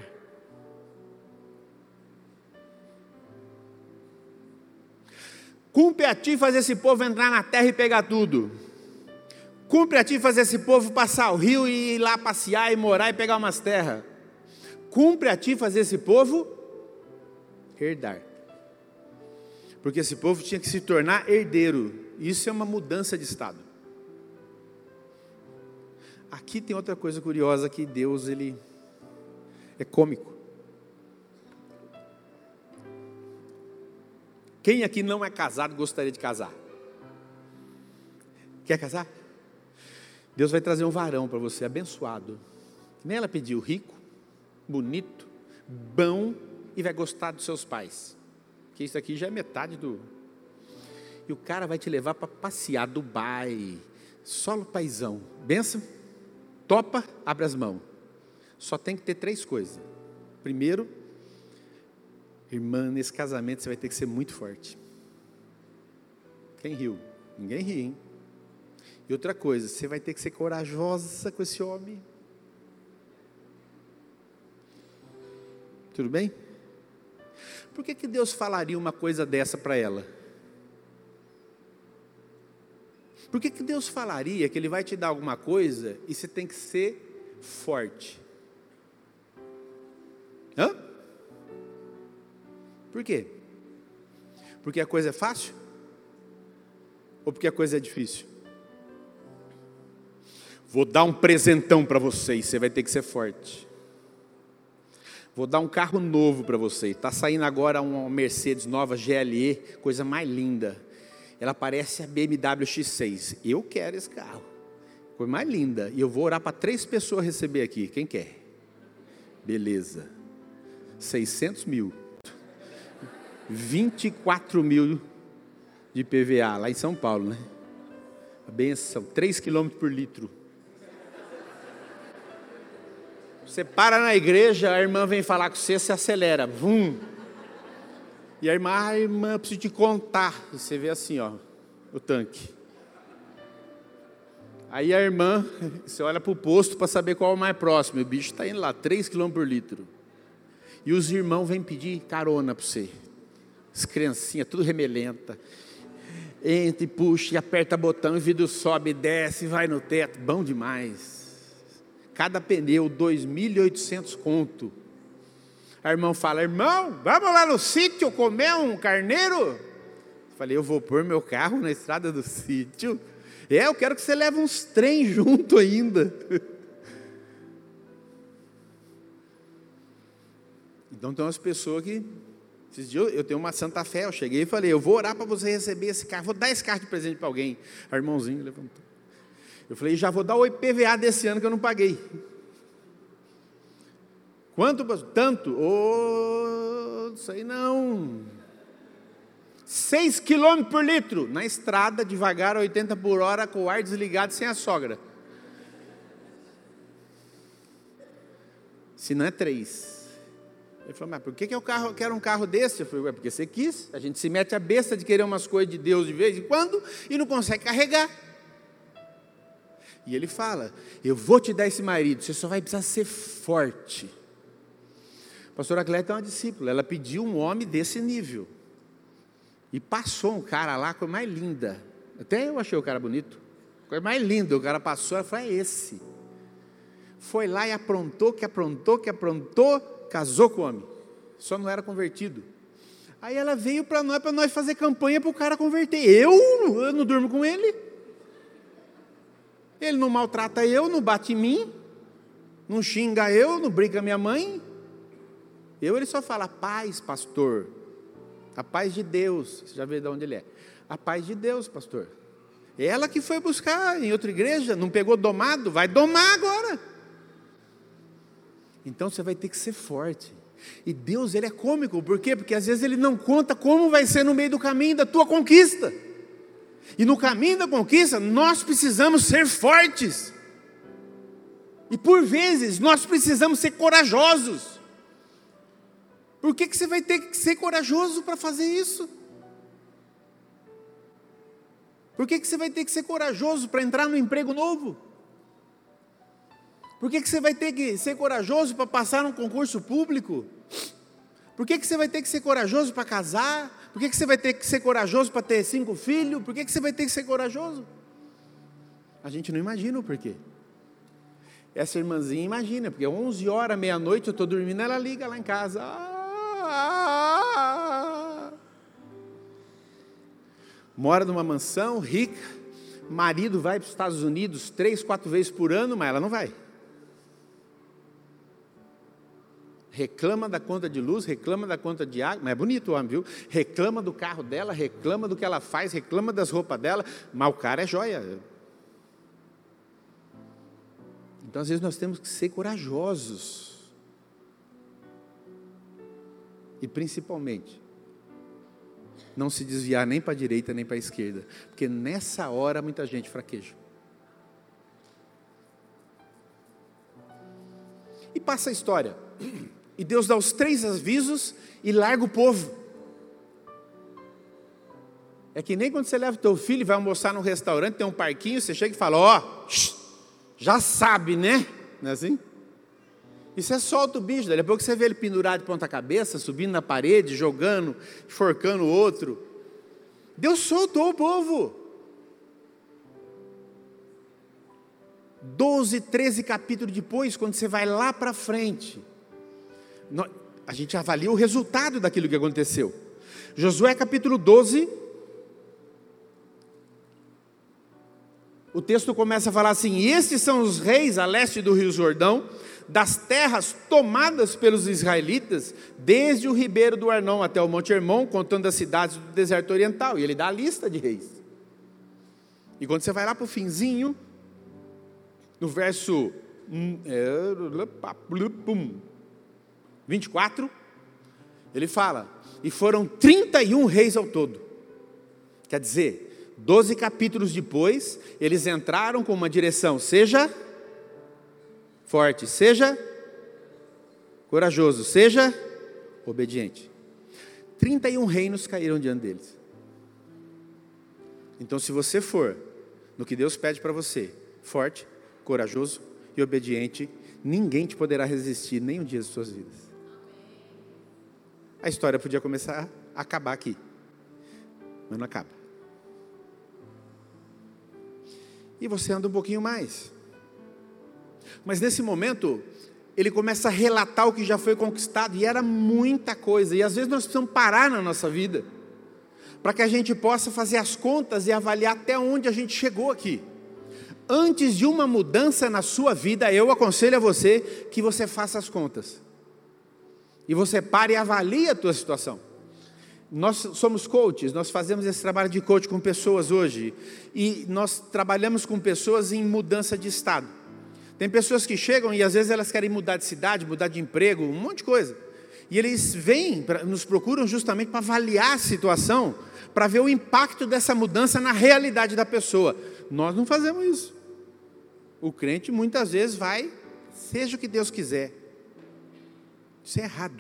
Cumpre a ti fazer esse povo entrar na terra e pegar tudo. Cumpre a ti fazer esse povo passar o rio e ir lá passear e morar e pegar umas terras. Cumpre a ti fazer esse povo herdar. Porque esse povo tinha que se tornar herdeiro. Isso é uma mudança de estado. Aqui tem outra coisa curiosa, que Deus, ele é cômico. Quem aqui não é casado gostaria de casar? Quer casar? Deus vai trazer um varão para você, abençoado. Nem ela pediu, rico, bonito, bom, e vai gostar dos seus pais. Porque isso aqui já é metade do... E o cara vai te levar para passear, Dubai, Solo paizão. Benção, topa, abre as mãos. Só tem que ter 3 coisas. Primeiro, irmã, nesse casamento você vai ter que ser muito forte. Quem riu? Ninguém ri, hein? E outra coisa, você vai ter que ser corajosa com esse homem. Tudo bem? Por que Deus falaria uma coisa dessa para ela? Por que Deus falaria que Ele vai te dar alguma coisa e você tem que ser forte? Hã? Por quê? Porque a coisa é fácil? Ou porque a coisa é difícil? Vou dar um presentão para vocês, você vai ter que ser forte. Vou dar um carro novo para você. Está saindo agora uma Mercedes nova, GLE, coisa mais linda. Ela parece a BMW X6. Eu quero esse carro. Coisa mais linda. E eu vou orar para 3 pessoas receber aqui. Quem quer? Beleza. 600 mil. 24 mil de PVA, lá em São Paulo, né? A benção, 3 km por litro. Você para na igreja, a irmã vem falar com você, você acelera, vum. E a irmã, eu preciso te contar. E você vê assim, ó, o tanque. Aí a irmã, você olha para o posto para saber qual é o mais próximo. O bicho está indo lá, 3 km por litro. E os irmãos vêm pedir carona para você. As criancinhas, tudo remelenta. Entra e puxa, e aperta botão, e o vidro sobe, desce, vai no teto. Bom demais. Cada pneu, 2.800 conto. A irmã fala, irmão, vamos lá no sítio comer um carneiro? Eu falei, eu vou pôr meu carro na estrada do sítio. Eu quero que você leve uns trem junto ainda. Então tem umas pessoas que, esses dias eu tenho uma Santa Fé, eu cheguei e falei, eu vou orar para você receber esse carro, vou dar esse carro de presente para alguém. A irmãozinho levantou. Eu falei, já vou dar o IPVA desse ano que eu não paguei. Quanto? Tanto? Não sei não. 6 km por litro, na estrada, devagar, 80 por hora, com o ar desligado, sem a sogra. Se não é 3. Ele falou, mas por que eu quero um carro desse? Eu falei, porque você quis. A gente se mete a besta de querer umas coisas de Deus de vez em quando e não consegue carregar. E ele fala, eu vou te dar esse marido, você só vai precisar ser forte. A pastora Cléia é uma discípula, ela pediu um homem desse nível. E passou um cara lá, coisa mais linda. Até eu achei o cara bonito. Coisa mais linda, o cara passou, ela falou, é esse. Foi lá e aprontou, casou com o homem. Só não era convertido. Aí ela veio para nós fazer campanha para o cara converter. Eu não durmo com ele. Ele não maltrata eu, não bate em mim, não xinga eu, não briga minha mãe. Ele só fala, paz, pastor. A paz de Deus. Você já vê de onde ele é. A paz de Deus, pastor. Ela que foi buscar em outra igreja, não pegou domado, vai domar agora. Então você vai ter que ser forte. E Deus, Ele é cômico, por quê? Porque às vezes Ele não conta como vai ser no meio do caminho da tua conquista. E no caminho da conquista, nós precisamos ser fortes. E por vezes, nós precisamos ser corajosos. Por que você vai ter que ser corajoso para fazer isso? Por que você vai ter que ser corajoso para entrar no emprego novo? Por que você vai ter que ser corajoso para passar num concurso público? Por que você vai ter que ser corajoso para casar? Por que você vai ter que ser corajoso para ter 5 filhos? Por que você vai ter que ser corajoso? A gente não imagina o porquê. Essa irmãzinha imagina, porque 11 horas, meia-noite, eu estou dormindo, ela liga lá em casa. Mora numa mansão, rica, marido vai para os Estados Unidos 3, 4 vezes por ano, mas ela não vai. Reclama da conta de luz, reclama da conta de água, mas é bonito o homem, viu? Reclama do carro dela, reclama do que ela faz, reclama das roupas dela, mas o cara é joia. Então, às vezes, nós temos que ser corajosos. E, principalmente, não se desviar nem para a direita nem para a esquerda, porque nessa hora muita gente fraqueja. E passa a história. E Deus dá os 3 avisos e larga o povo. É que nem quando você leva o teu filho e vai almoçar num restaurante, tem um parquinho, você chega e fala, ó, já sabe, né? Não é assim? E você solta o bicho, daí a pouco você vê ele pendurado de ponta cabeça, subindo na parede, jogando, enforcando o outro. Deus soltou o povo. 12, 13 capítulos depois, quando você vai lá para frente, a gente avalia o resultado daquilo que aconteceu. Josué capítulo 12, o texto começa a falar assim: e estes são os reis a leste do rio Jordão, das terras tomadas pelos israelitas, desde o ribeiro do Arnon até o Monte Hermon, contando as cidades do deserto oriental. E ele dá a lista de reis. E quando você vai lá para o finzinho, no verso 24, ele fala, e foram 31 reis ao todo. Quer dizer, 12 capítulos depois, eles entraram com uma direção: seja forte, seja corajoso, seja obediente. 31 reinos caíram diante deles. Então, se você for no que Deus pede para você, forte, corajoso e obediente, ninguém te poderá resistir nem um dia das suas vidas. A história podia começar a acabar aqui, mas não acaba. E você anda um pouquinho mais. Mas nesse momento, ele começa a relatar o que já foi conquistado, e era muita coisa, e às vezes nós precisamos parar na nossa vida, para que a gente possa fazer as contas e avaliar até onde a gente chegou aqui. Antes de uma mudança na sua vida, eu aconselho a você que você faça as contas, e você pare e avalie a tua situação. Nós somos coaches, nós fazemos esse trabalho de coach com pessoas hoje, e nós trabalhamos com pessoas em mudança de estado. Tem pessoas que chegam e às vezes elas querem mudar de cidade, mudar de emprego, um monte de coisa. E eles vêm, nos procuram justamente para avaliar a situação, para ver o impacto dessa mudança na realidade da pessoa. Nós não fazemos isso. O crente muitas vezes vai, seja o que Deus quiser. Isso é errado.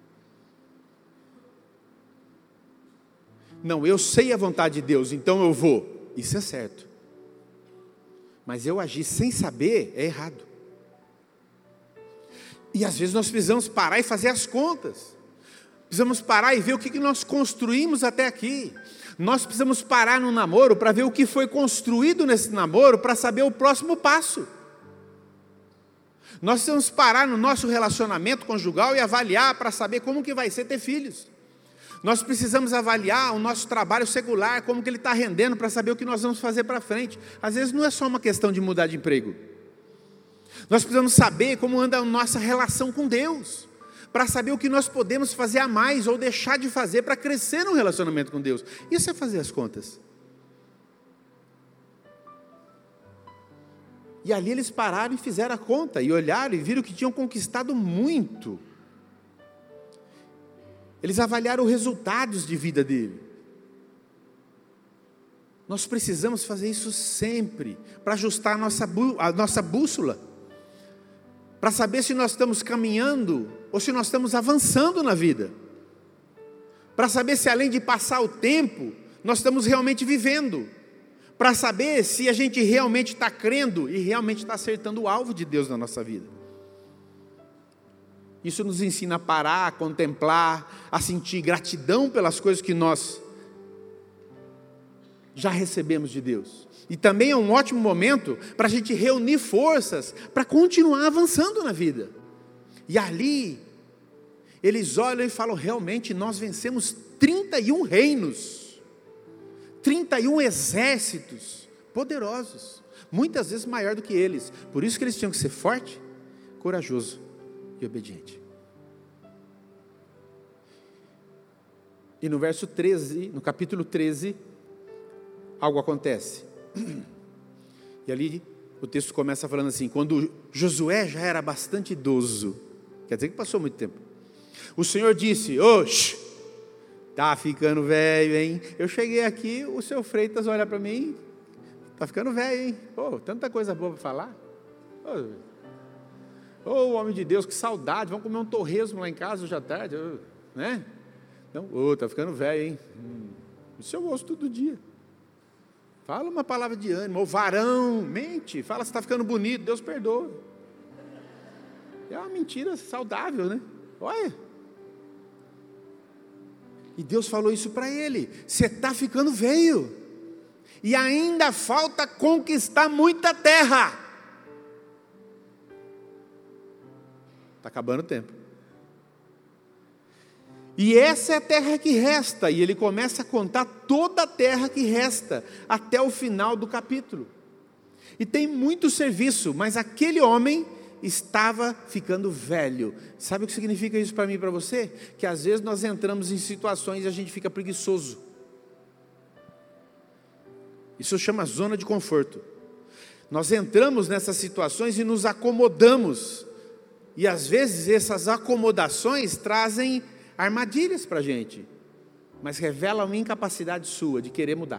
Não, eu sei a vontade de Deus, então eu vou. Isso é certo. Mas eu agir sem saber é errado. E às vezes nós precisamos parar e fazer as contas. Precisamos parar e ver o que nós construímos até aqui. Nós precisamos parar no namoro para ver o que foi construído nesse namoro, para saber o próximo passo. Nós precisamos parar no nosso relacionamento conjugal e avaliar para saber como que vai ser ter filhos. Nós precisamos avaliar o nosso trabalho secular, como que ele está rendendo, para saber o que nós vamos fazer para frente. Às vezes não é só uma questão de mudar de emprego. Nós precisamos saber como anda a nossa relação com Deus, para saber o que nós podemos fazer a mais ou deixar de fazer para crescer no relacionamento com Deus. Isso é fazer as contas. E ali eles pararam e fizeram a conta, e olharam e viram que tinham conquistado muito. Eles avaliaram os resultados de vida dele. Nós precisamos fazer isso sempre, para ajustar a nossa bússola, para saber se nós estamos caminhando, ou se nós estamos avançando na vida, para saber se além de passar o tempo, nós estamos realmente vivendo, para saber se a gente realmente está crendo, e realmente está acertando o alvo de Deus na nossa vida. Isso nos ensina a parar, a contemplar, a sentir gratidão pelas coisas que nós já recebemos de Deus. E também é um ótimo momento para a gente reunir forças para continuar avançando na vida. E ali, eles olham e falam: realmente nós vencemos 31 reinos, 31 exércitos poderosos, muitas vezes maior do que eles. Por isso que eles tinham que ser forte, corajoso e obediente. E no verso 13, no capítulo 13, algo acontece. E ali o texto começa falando assim: quando Josué já era bastante idoso, quer dizer que passou muito tempo, o Senhor disse: oxe, tá ficando velho, hein? Eu cheguei aqui, o seu Freitas olha para mim, tá ficando velho, hein? Tanta coisa boa para falar. Ô, homem de Deus, que saudade, vamos comer um torresmo lá em casa hoje à tarde, né? Então, tá ficando velho, hein? Isso eu ouço todo dia. Fala uma palavra de ânimo, ou varão, mente, fala se está ficando bonito, Deus perdoa. É uma mentira saudável, né? Olha. E Deus falou isso para ele: você está ficando velho, e ainda falta conquistar muita terra. Está acabando o tempo. E essa é a terra que resta, e ele começa a contar toda a terra que resta, até o final do capítulo. E tem muito serviço, mas aquele homem estava ficando velho. Sabe o que significa isso para mim e para você? Que às vezes nós entramos em situações e a gente fica preguiçoso. Isso chama zona de conforto. Nós entramos nessas situações e nos acomodamos. E às vezes essas acomodações trazem armadilhas para a gente, mas revelam uma incapacidade sua de querer mudar,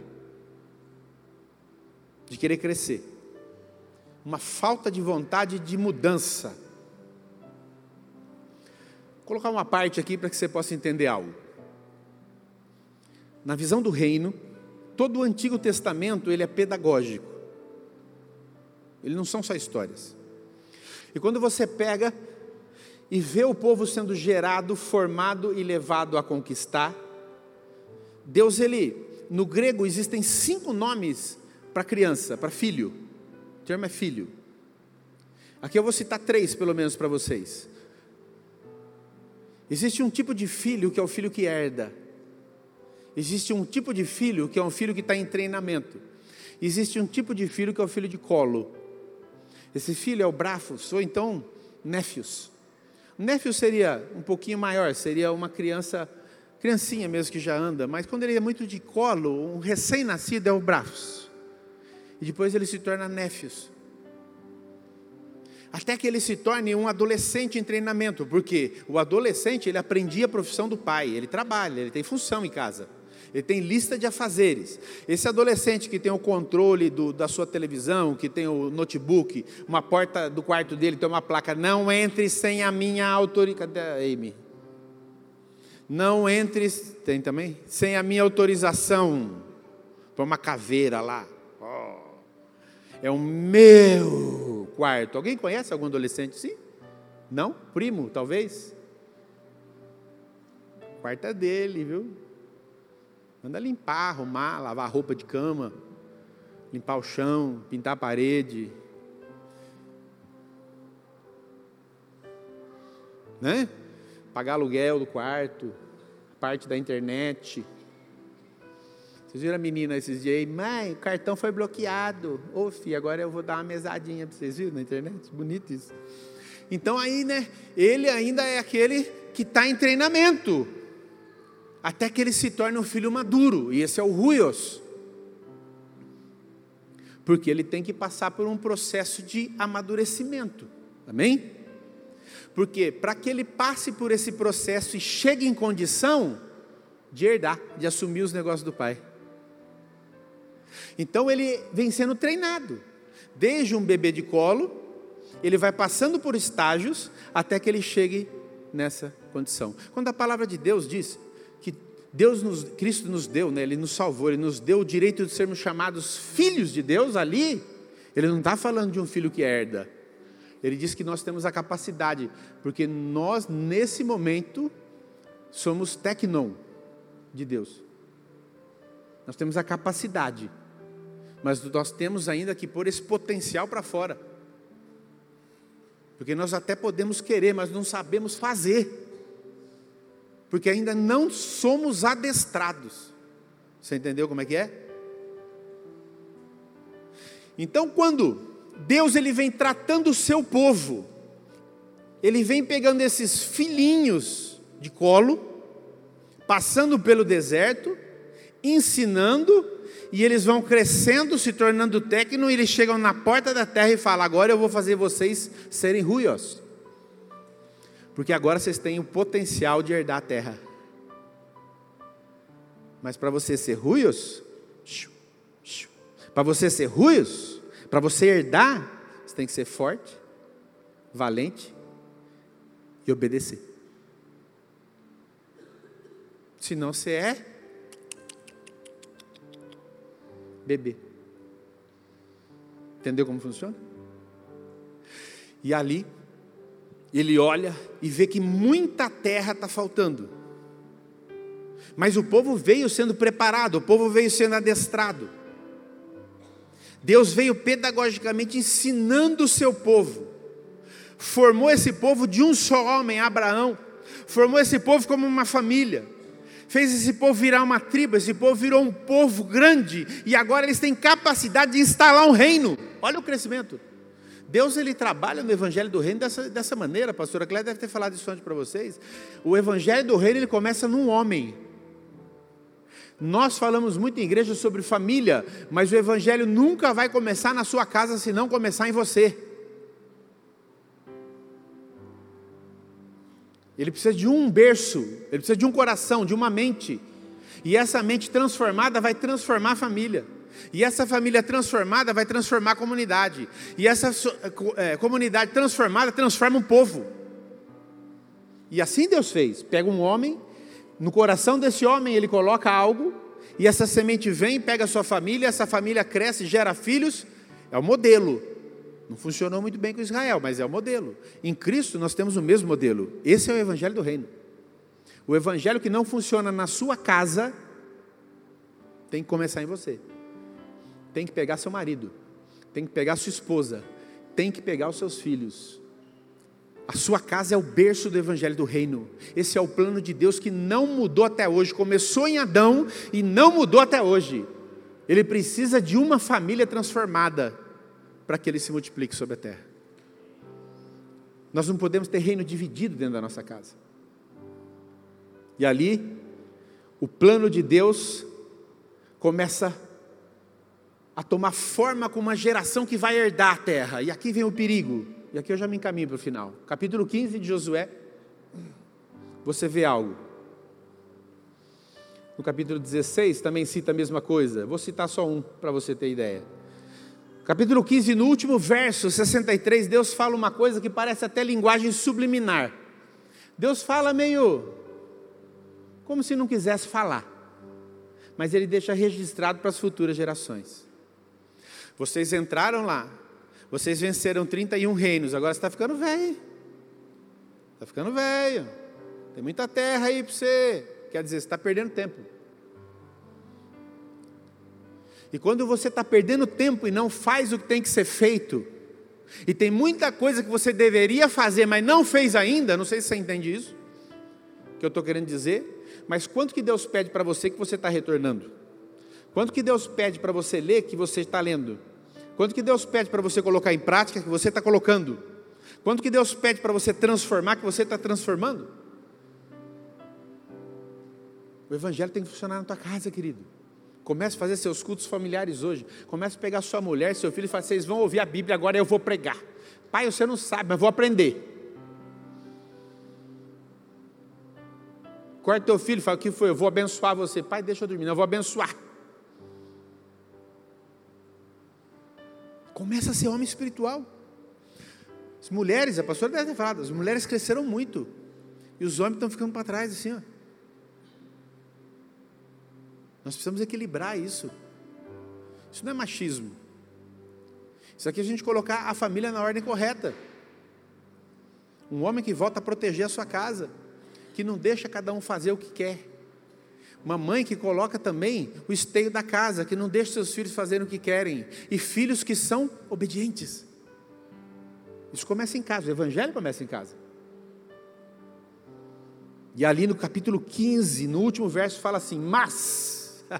de querer crescer, uma falta de vontade de mudança. Vou colocar uma parte aqui para que você possa entender algo. Na visão do reino, todo o Antigo Testamento ele é pedagógico, ele não são só histórias. E quando você pega e vê o povo sendo gerado, formado e levado a conquistar, Deus, no grego existem 5 nomes para criança, para filho. O termo é filho. Aqui eu vou citar 3 pelo menos para vocês. Existe um tipo de filho que é o filho que herda. Existe um tipo de filho que é um filho que está em treinamento. Existe um tipo de filho que é o filho de colo. Esse filho é o brafos, ou então néfios. O néfio seria um pouquinho maior, seria uma criancinha mesmo que já anda, mas quando ele é muito de colo, um recém-nascido é o brafos. E depois ele se torna néfios. Até que ele se torne um adolescente em treinamento, porque o adolescente ele aprendia a profissão do pai, ele trabalha, ele tem função em casa. Ele tem lista de afazeres. Esse adolescente que tem o controle da sua televisão, que tem o notebook, uma porta do quarto dele tem uma placa: não entre sem a minha autorização. Cadê, Amy? Não entre, tem também? Sem a minha autorização. Põe uma caveira lá. É o meu quarto. Alguém conhece algum adolescente assim? Não? Primo, talvez? O quarto é dele, viu? Manda limpar, arrumar, lavar roupa de cama, limpar o chão, pintar a parede, né? Pagar aluguel do quarto, parte da internet. Vocês viram a menina esses dias aí? Mãe, o cartão foi bloqueado. Ô filho, agora eu vou dar uma mesadinha para vocês, viram na internet? Bonito isso. Então aí, né? Ele ainda é aquele que está em treinamento, até que ele se torne um filho maduro, e esse é o ruios, porque ele tem que passar por um processo de amadurecimento, amém? Porque para que ele passe por esse processo e chegue em condição de herdar, de assumir os negócios do pai, então ele vem sendo treinado, desde um bebê de colo, ele vai passando por estágios, até que ele chegue nessa condição. Quando a palavra de Deus diz que Cristo nos deu, né? Ele nos salvou, Ele nos deu o direito de sermos chamados filhos de Deus ali, Ele não está falando de um filho que herda, Ele diz que nós temos a capacidade, porque nós nesse momento somos tecnon de Deus, nós temos a capacidade, mas nós temos ainda que pôr esse potencial para fora, porque nós até podemos querer, mas não sabemos fazer, porque ainda não somos adestrados. Você entendeu como é que é? Então quando Deus ele vem tratando o seu povo, Ele vem pegando esses filhinhos de colo, passando pelo deserto, ensinando, e eles vão crescendo, se tornando técnicos, e eles chegam na porta da terra e falam: agora eu vou fazer vocês serem ruios, porque agora vocês têm o potencial de herdar a terra. Mas para você ser ruios, para você ser ruios, para você herdar, você tem que ser forte, valente e obedecer. Senão você é bebê. Entendeu como funciona? E ali, ele olha e vê que muita terra está faltando. Mas o povo veio sendo preparado, o povo veio sendo adestrado. Deus veio pedagogicamente ensinando o seu povo. Formou esse povo de um só homem, Abraão. Formou esse povo como uma família. Fez esse povo virar uma tribo, esse povo virou um povo grande. E agora eles têm capacidade de instalar um reino. Olha o crescimento. Deus, ele trabalha no Evangelho do Reino dessa maneira. A pastora Cléia deve ter falado isso antes para vocês. O Evangelho do Reino, ele começa num homem. Nós falamos muito em igreja sobre família, mas o Evangelho nunca vai começar na sua casa se não começar em você. Ele precisa de um berço, ele precisa de um coração, de uma mente. E essa mente transformada vai transformar a família. E essa família transformada vai transformar a comunidade. E essa comunidade transformada transforma um povo. E assim Deus fez. Pega um homem, no coração desse homem ele coloca algo, e essa semente vem, pega a sua família, essa família cresce, gera filhos. É o modelo. Não funcionou muito bem com Israel, mas é o modelo. Em Cristo nós temos o mesmo modelo. Esse é o Evangelho do Reino. O Evangelho que não funciona na sua casa, tem que começar em você. Tem que pegar seu marido, tem que pegar sua esposa, tem que pegar os seus filhos. A sua casa é o berço do Evangelho do Reino. Esse é o plano de Deus que não mudou até hoje. Começou em Adão e não mudou até hoje. Ele precisa de uma família transformada para que ele se multiplique sobre a terra. Nós não podemos ter reino dividido dentro da nossa casa. E ali, o plano de Deus começa a tomar forma com uma geração que vai herdar a terra. E aqui vem o perigo. E aqui eu já me encaminho para o final. Capítulo 15 de Josué, você vê algo. No capítulo 16 também cita a mesma coisa. Vou citar só um para você ter ideia. Capítulo 15, no último verso, 63, Deus fala uma coisa que parece até linguagem subliminar. Deus fala meio como se não quisesse falar, mas Ele deixa registrado para as futuras gerações. Vocês entraram lá, vocês venceram 31 reinos, agora você está ficando velho. Está ficando velho. Tem muita terra aí para você. Quer dizer, você está perdendo tempo. E quando você está perdendo tempo e não faz o que tem que ser feito, e tem muita coisa que você deveria fazer, mas não fez ainda, não sei se você entende isso, que eu estou querendo dizer, mas quanto que Deus pede para você que você está retornando? Quanto que Deus pede para você ler que você está lendo? Quanto que Deus pede para você colocar em prática que você está colocando? Quanto que Deus pede para você transformar que você está transformando? O Evangelho tem que funcionar na tua casa, querido. Comece a fazer seus cultos familiares hoje. Comece a pegar sua mulher, seu filho e falar, vocês vão ouvir a Bíblia, agora eu vou pregar. Pai, você não sabe, mas vou aprender. Corta teu filho e fala, o que foi? Eu vou abençoar você. Pai, deixa eu dormir, não, eu vou abençoar. Começa a ser homem espiritual. As mulheres, a pastora deve ter falado, as mulheres cresceram muito. E os homens estão ficando para trás, assim, ó. Nós precisamos equilibrar isso. Isso não é machismo. Isso aqui é a gente colocar a família na ordem correta. Um homem que volta a proteger a sua casa, que não deixa cada um fazer o que quer. Uma mãe que coloca também o esteio da casa, que não deixa seus filhos fazerem o que querem. E filhos que são obedientes. Isso começa em casa, o Evangelho começa em casa. E ali no capítulo 15, no último verso, fala assim, mas...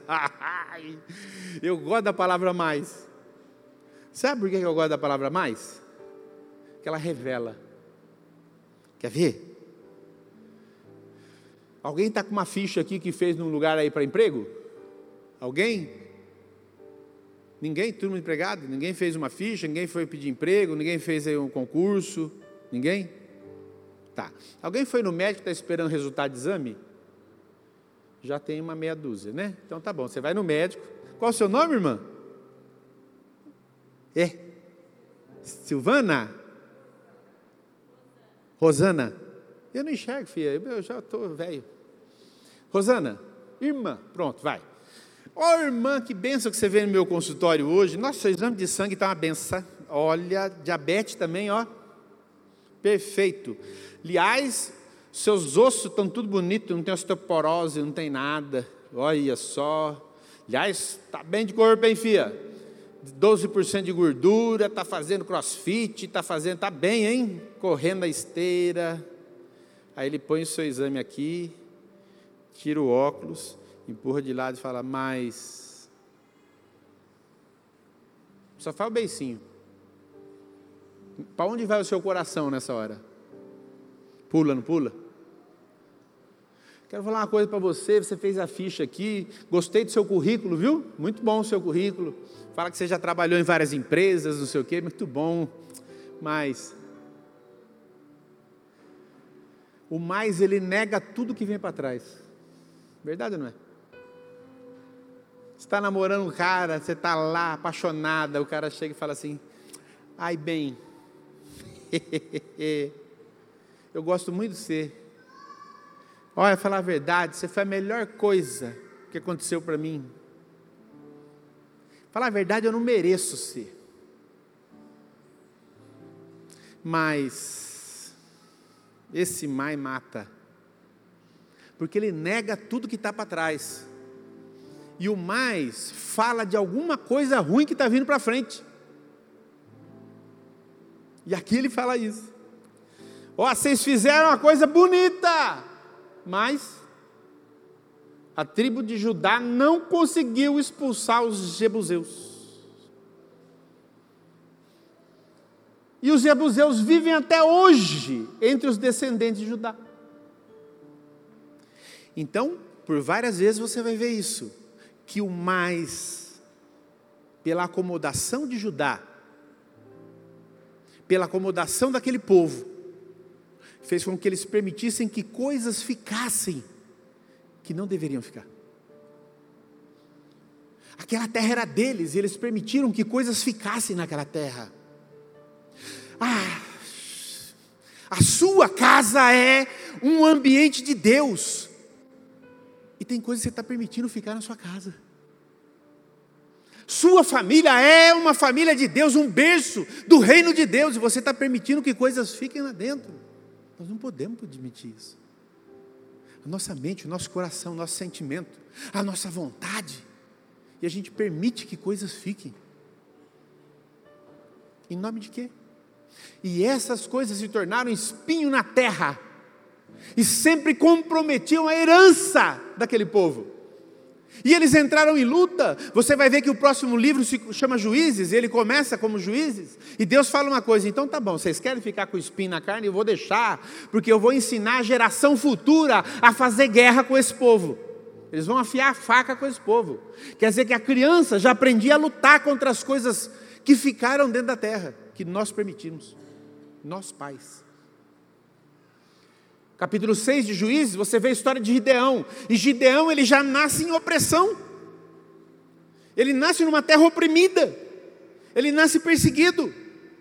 eu gosto da palavra mais. Sabe por que eu gosto da palavra mais? Que ela revela. Quer ver? Alguém está com uma ficha aqui que fez num lugar aí para emprego? Alguém? Ninguém? Turma empregado? Ninguém fez uma ficha? Ninguém foi pedir emprego? Ninguém fez aí um concurso? Ninguém? Tá. Alguém foi no médico e está esperando resultado de exame? Já tem uma meia dúzia, né? Então tá bom, você vai no médico. Qual o seu nome, irmã? Silvana? Rosana? Eu não enxergo, filha, eu já estou velho. Rosana, irmã, pronto, vai. Ó, irmã, que benção que você veio no meu consultório hoje. Nossa, seu exame de sangue está uma benção. Olha, diabetes também, ó. Perfeito. Aliás, seus ossos estão tudo bonitos, não tem osteoporose, não tem nada. Olha só. Aliás, está bem de corpo, hein, filha? 12% de gordura, está fazendo crossfit, está bem, hein? Correndo a esteira. Aí ele põe o seu exame aqui, tira o óculos, empurra de lado e fala, mas... Só faz o beicinho. Para onde vai o seu coração nessa hora? Pula, não pula? Quero falar uma coisa para você, você fez a ficha aqui, gostei do seu currículo, viu? Muito bom o seu currículo. Fala que você já trabalhou em várias empresas, não sei o quê, muito bom. Mas o mais, ele nega tudo que vem para trás. Verdade ou não é? Você está namorando um cara, você está lá apaixonada, o cara chega e fala assim, ai bem, eu gosto muito de você. Olha, falar a verdade, você foi a melhor coisa que aconteceu para mim. Falar a verdade, eu não mereço ser. Mas esse mais mata. Porque ele nega tudo que está para trás. E o mais fala de alguma coisa ruim que está vindo para frente. E aqui ele fala isso. Ó, vocês fizeram uma coisa bonita, mas a tribo de Judá não conseguiu expulsar os jebuseus. E os jebuseus vivem até hoje entre os descendentes de Judá. Então, por várias vezes você vai ver isso, que o mais, pela acomodação de Judá, pela acomodação daquele povo, fez com que eles permitissem que coisas ficassem que não deveriam ficar. Aquela terra era deles e eles permitiram que coisas ficassem naquela terra. A sua casa é um ambiente de Deus. E tem coisas que você está permitindo ficar na sua casa. Sua família é uma família de Deus, um berço do reino de Deus, e você está permitindo que coisas fiquem lá dentro. Nós não podemos admitir isso. A nossa mente, o nosso coração, o nosso sentimento, a nossa vontade, e a gente permite que coisas fiquem. Em nome de quê? E essas coisas se tornaram espinho na terra, e sempre comprometiam a herança daquele povo. E eles entraram em luta. Você vai ver que o próximo livro se chama Juízes, ele começa como Juízes, e Deus fala uma coisa, então tá bom, vocês querem ficar com espinho na carne, eu vou deixar, porque eu vou ensinar a geração futura a fazer guerra com esse povo. Eles vão afiar a faca com esse povo. Quer dizer que a criança já aprendia a lutar contra as coisas que ficaram dentro da terra, que nós permitimos, nós pais. Capítulo 6 de Juízes, você vê a história de Gideão. E Gideão, ele já nasce em opressão. Ele nasce numa terra oprimida. Ele nasce perseguido.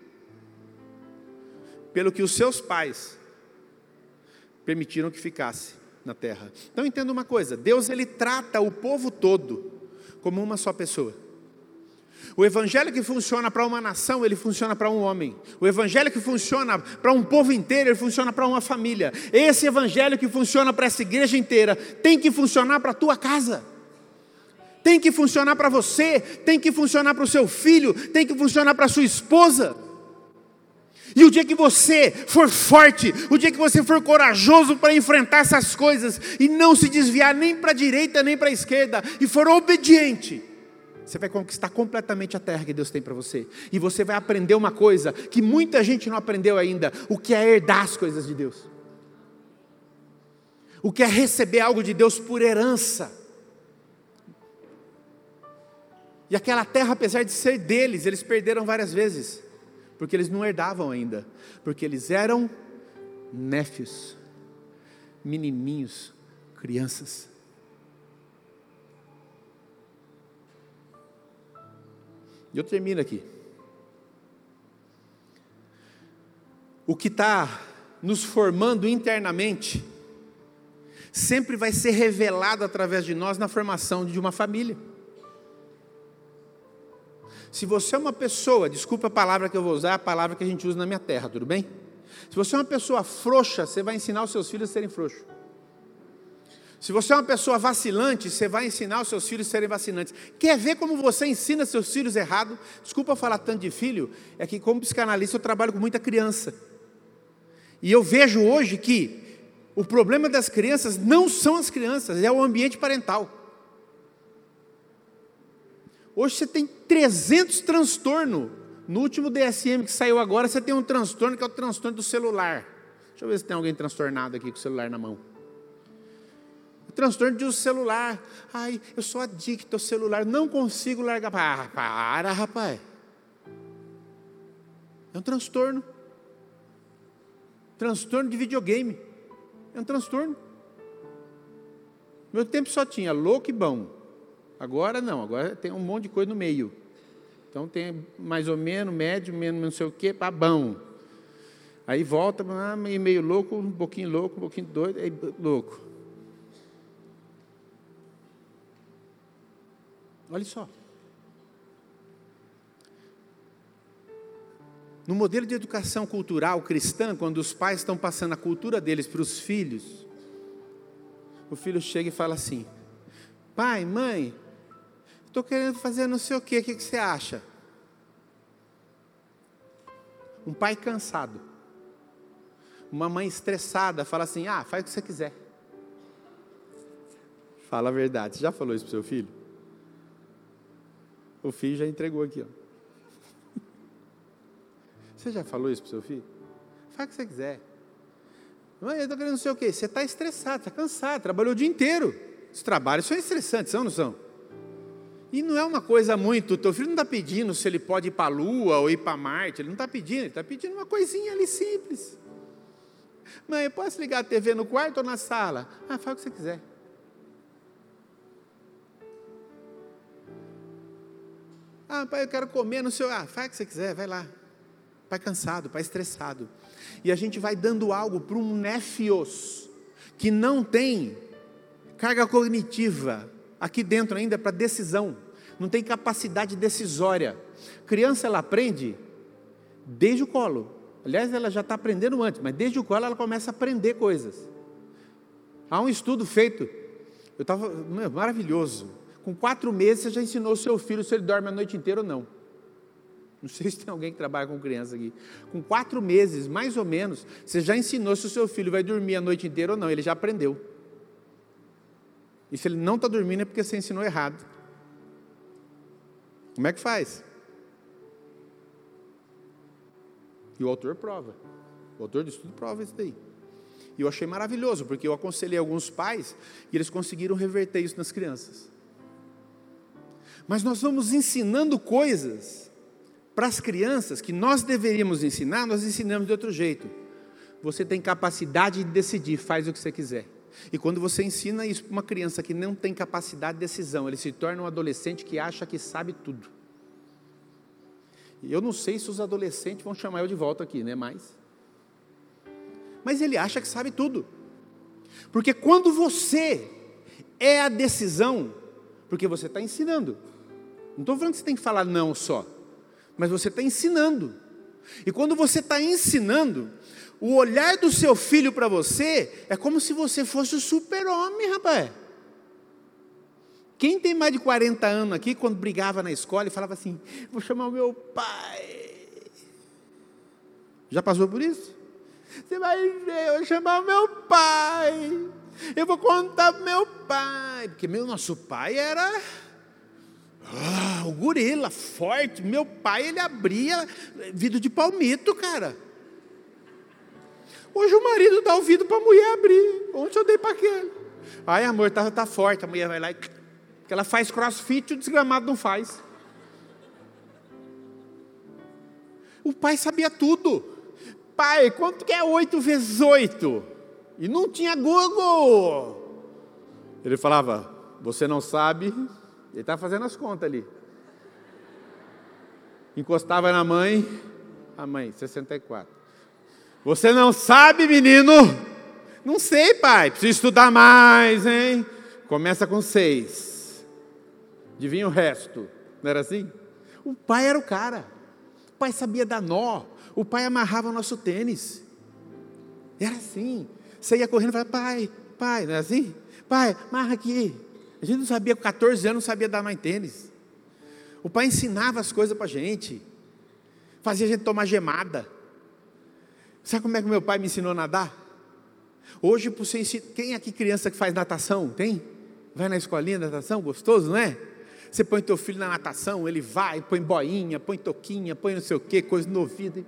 Pelo que os seus pais permitiram que ficasse na terra. Então entenda uma coisa, Deus, ele trata o povo todo como uma só pessoa. O evangelho que funciona para uma nação, ele funciona para um homem. O evangelho que funciona para um povo inteiro, ele funciona para uma família. Esse evangelho que funciona para essa igreja inteira, tem que funcionar para a tua casa. Tem que funcionar para você, tem que funcionar para o seu filho, tem que funcionar para a sua esposa. E o dia que você for forte, o dia que você for corajoso para enfrentar essas coisas, e não se desviar nem para a direita nem para a esquerda, e for obediente, você vai conquistar completamente a terra que Deus tem para você. E você vai aprender uma coisa que muita gente não aprendeu ainda. O que é herdar as coisas de Deus. O que é receber algo de Deus por herança. E aquela terra, apesar de ser deles, eles perderam várias vezes. Porque eles não herdavam ainda. Porque eles eram néfios, menininhos, crianças. E eu termino aqui. O que está nos formando internamente, sempre vai ser revelado através de nós na formação de uma família. Se você é uma pessoa, desculpa a palavra que eu vou usar, é a palavra que a gente usa na minha terra, tudo bem? Se você é uma pessoa frouxa, você vai ensinar os seus filhos a serem frouxos. Se você é uma pessoa vacilante, você vai ensinar os seus filhos a serem vacilantes. Quer ver como você ensina seus filhos errado? Desculpa falar tanto de filho, é que como psicanalista eu trabalho com muita criança. E eu vejo hoje que o problema das crianças não são as crianças, é o ambiente parental. Hoje você tem 300 transtornos. No último DSM que saiu agora, você tem um transtorno que é o transtorno do celular. Deixa eu ver se tem alguém transtornado aqui com o celular na mão. O transtorno de um celular. Ai, eu sou adicto ao celular, não consigo largar. Para, rapaz. É um transtorno. Transtorno de videogame. É um transtorno. No meu tempo só tinha louco e bom. Agora não, agora tem um monte de coisa no meio. Então tem mais ou menos, médio, menos não sei o quê, bom. Aí volta, meio louco, um pouquinho doido, aí louco. Olha só. No modelo de educação cultural cristã, quando os pais estão passando a cultura deles para os filhos, o filho chega e fala assim: pai, mãe, estou querendo fazer não sei o que você acha? Um pai cansado, uma mãe estressada, fala assim: faz o que você quiser. Fala a verdade, você já falou isso para o seu filho? O filho já entregou aqui, ó. Você já falou isso para o seu filho? Faz o que você quiser. Mãe, eu estou querendo não sei o quê. Você está estressado, está cansado, trabalhou o dia inteiro. Os trabalhos são estressantes, são ou não são? E não é uma coisa muito, o teu filho não está pedindo se ele pode ir para a Lua ou ir para Marte, ele não está pedindo, ele está pedindo uma coisinha ali simples. Mãe, eu posso ligar a TV no quarto ou na sala? Faz o que você quiser. Pai, eu quero comer no seu... faz o que você quiser, vai lá. Pai cansado, pai estressado. E a gente vai dando algo para um néfios que não tem carga cognitiva aqui dentro ainda para decisão, não tem capacidade decisória. Criança, ela aprende desde o colo. Aliás, ela já está aprendendo antes, mas desde o colo ela começa a aprender coisas. Há um estudo feito, maravilhoso. Com 4 meses você já ensinou o seu filho se ele dorme a noite inteira ou não. Não sei se tem alguém que trabalha com criança aqui. Com 4 meses, mais ou menos, você já ensinou se o seu filho vai dormir a noite inteira ou não. Ele já aprendeu. E se ele não está dormindo é porque você ensinou errado. Como é que faz? E o autor prova. O autor do estudo prova isso daí. E eu achei maravilhoso, porque eu aconselhei alguns pais e eles conseguiram reverter isso nas crianças. Mas nós vamos ensinando coisas para as crianças que nós deveríamos ensinar, nós ensinamos de outro jeito. Você tem capacidade de decidir, faz o que você quiser. E quando você ensina isso para uma criança que não tem capacidade de decisão, ele se torna um adolescente que acha que sabe tudo. E eu não sei se os adolescentes vão chamar eu de volta aqui, né? Mas ele acha que sabe tudo. Porque quando você é a decisão, porque você está ensinando. Não estou falando que você tem que falar não só, mas você está ensinando. E quando você está ensinando, o olhar do seu filho para você é como se você fosse o super-homem, rapaz. Quem tem mais de 40 anos aqui, quando brigava na escola e falava assim: vou chamar o meu pai. Já passou por isso? Você vai ver, eu vou chamar o meu pai. Eu vou contar para o meu pai. Porque nosso pai era... o gorila, forte. Meu pai, ele abria vidro de palmito, cara. Hoje o marido dá o vidro para a mulher abrir. Ontem eu dei para aquele. Ai, amor, tá forte. A mulher vai lá e... Porque ela faz crossfit e o desgramado não faz. O pai sabia tudo. Pai, quanto que é 8 vezes 8? E não tinha Google. Ele falava: você não sabe... Ele estava fazendo as contas ali. Encostava na mãe, a mãe, 64. Você não sabe, menino? Não sei, pai, preciso estudar mais, hein? Começa com 6. Adivinha o resto? Não era assim? O pai era o cara. O pai sabia dar nó. O pai amarrava o nosso tênis. Era assim. Você ia correndo e falava, pai, não é assim? Pai, amarra aqui. A gente não sabia, com 14 anos, não sabia dar nó em tênis. O pai ensinava as coisas para a gente. Fazia a gente tomar gemada. Sabe como é que meu pai me ensinou a nadar? Hoje, você ensina... Quem aqui criança que faz natação? Tem? Vai na escolinha de natação? Gostoso, não é? Você põe teu filho na natação, ele vai, põe boinha, põe toquinha, põe não sei o que, coisa no ouvido.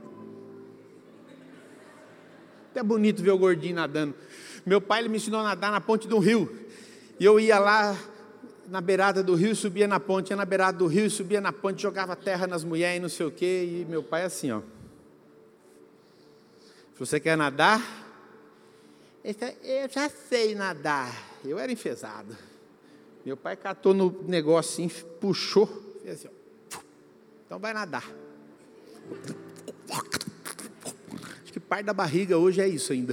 Até bonito ver o gordinho nadando. Meu pai, ele me ensinou a nadar na ponte do rio. E eu ia lá na beirada do rio e subia na ponte. Ia na beirada do rio e subia na ponte, jogava terra nas mulheres e não sei o que. E meu pai assim, ó. Se você quer nadar? Eu já sei nadar. Eu era enfesado. Meu pai catou no negócio assim, puxou. Fez assim, ó. Então vai nadar. Acho que parte da barriga hoje é isso ainda.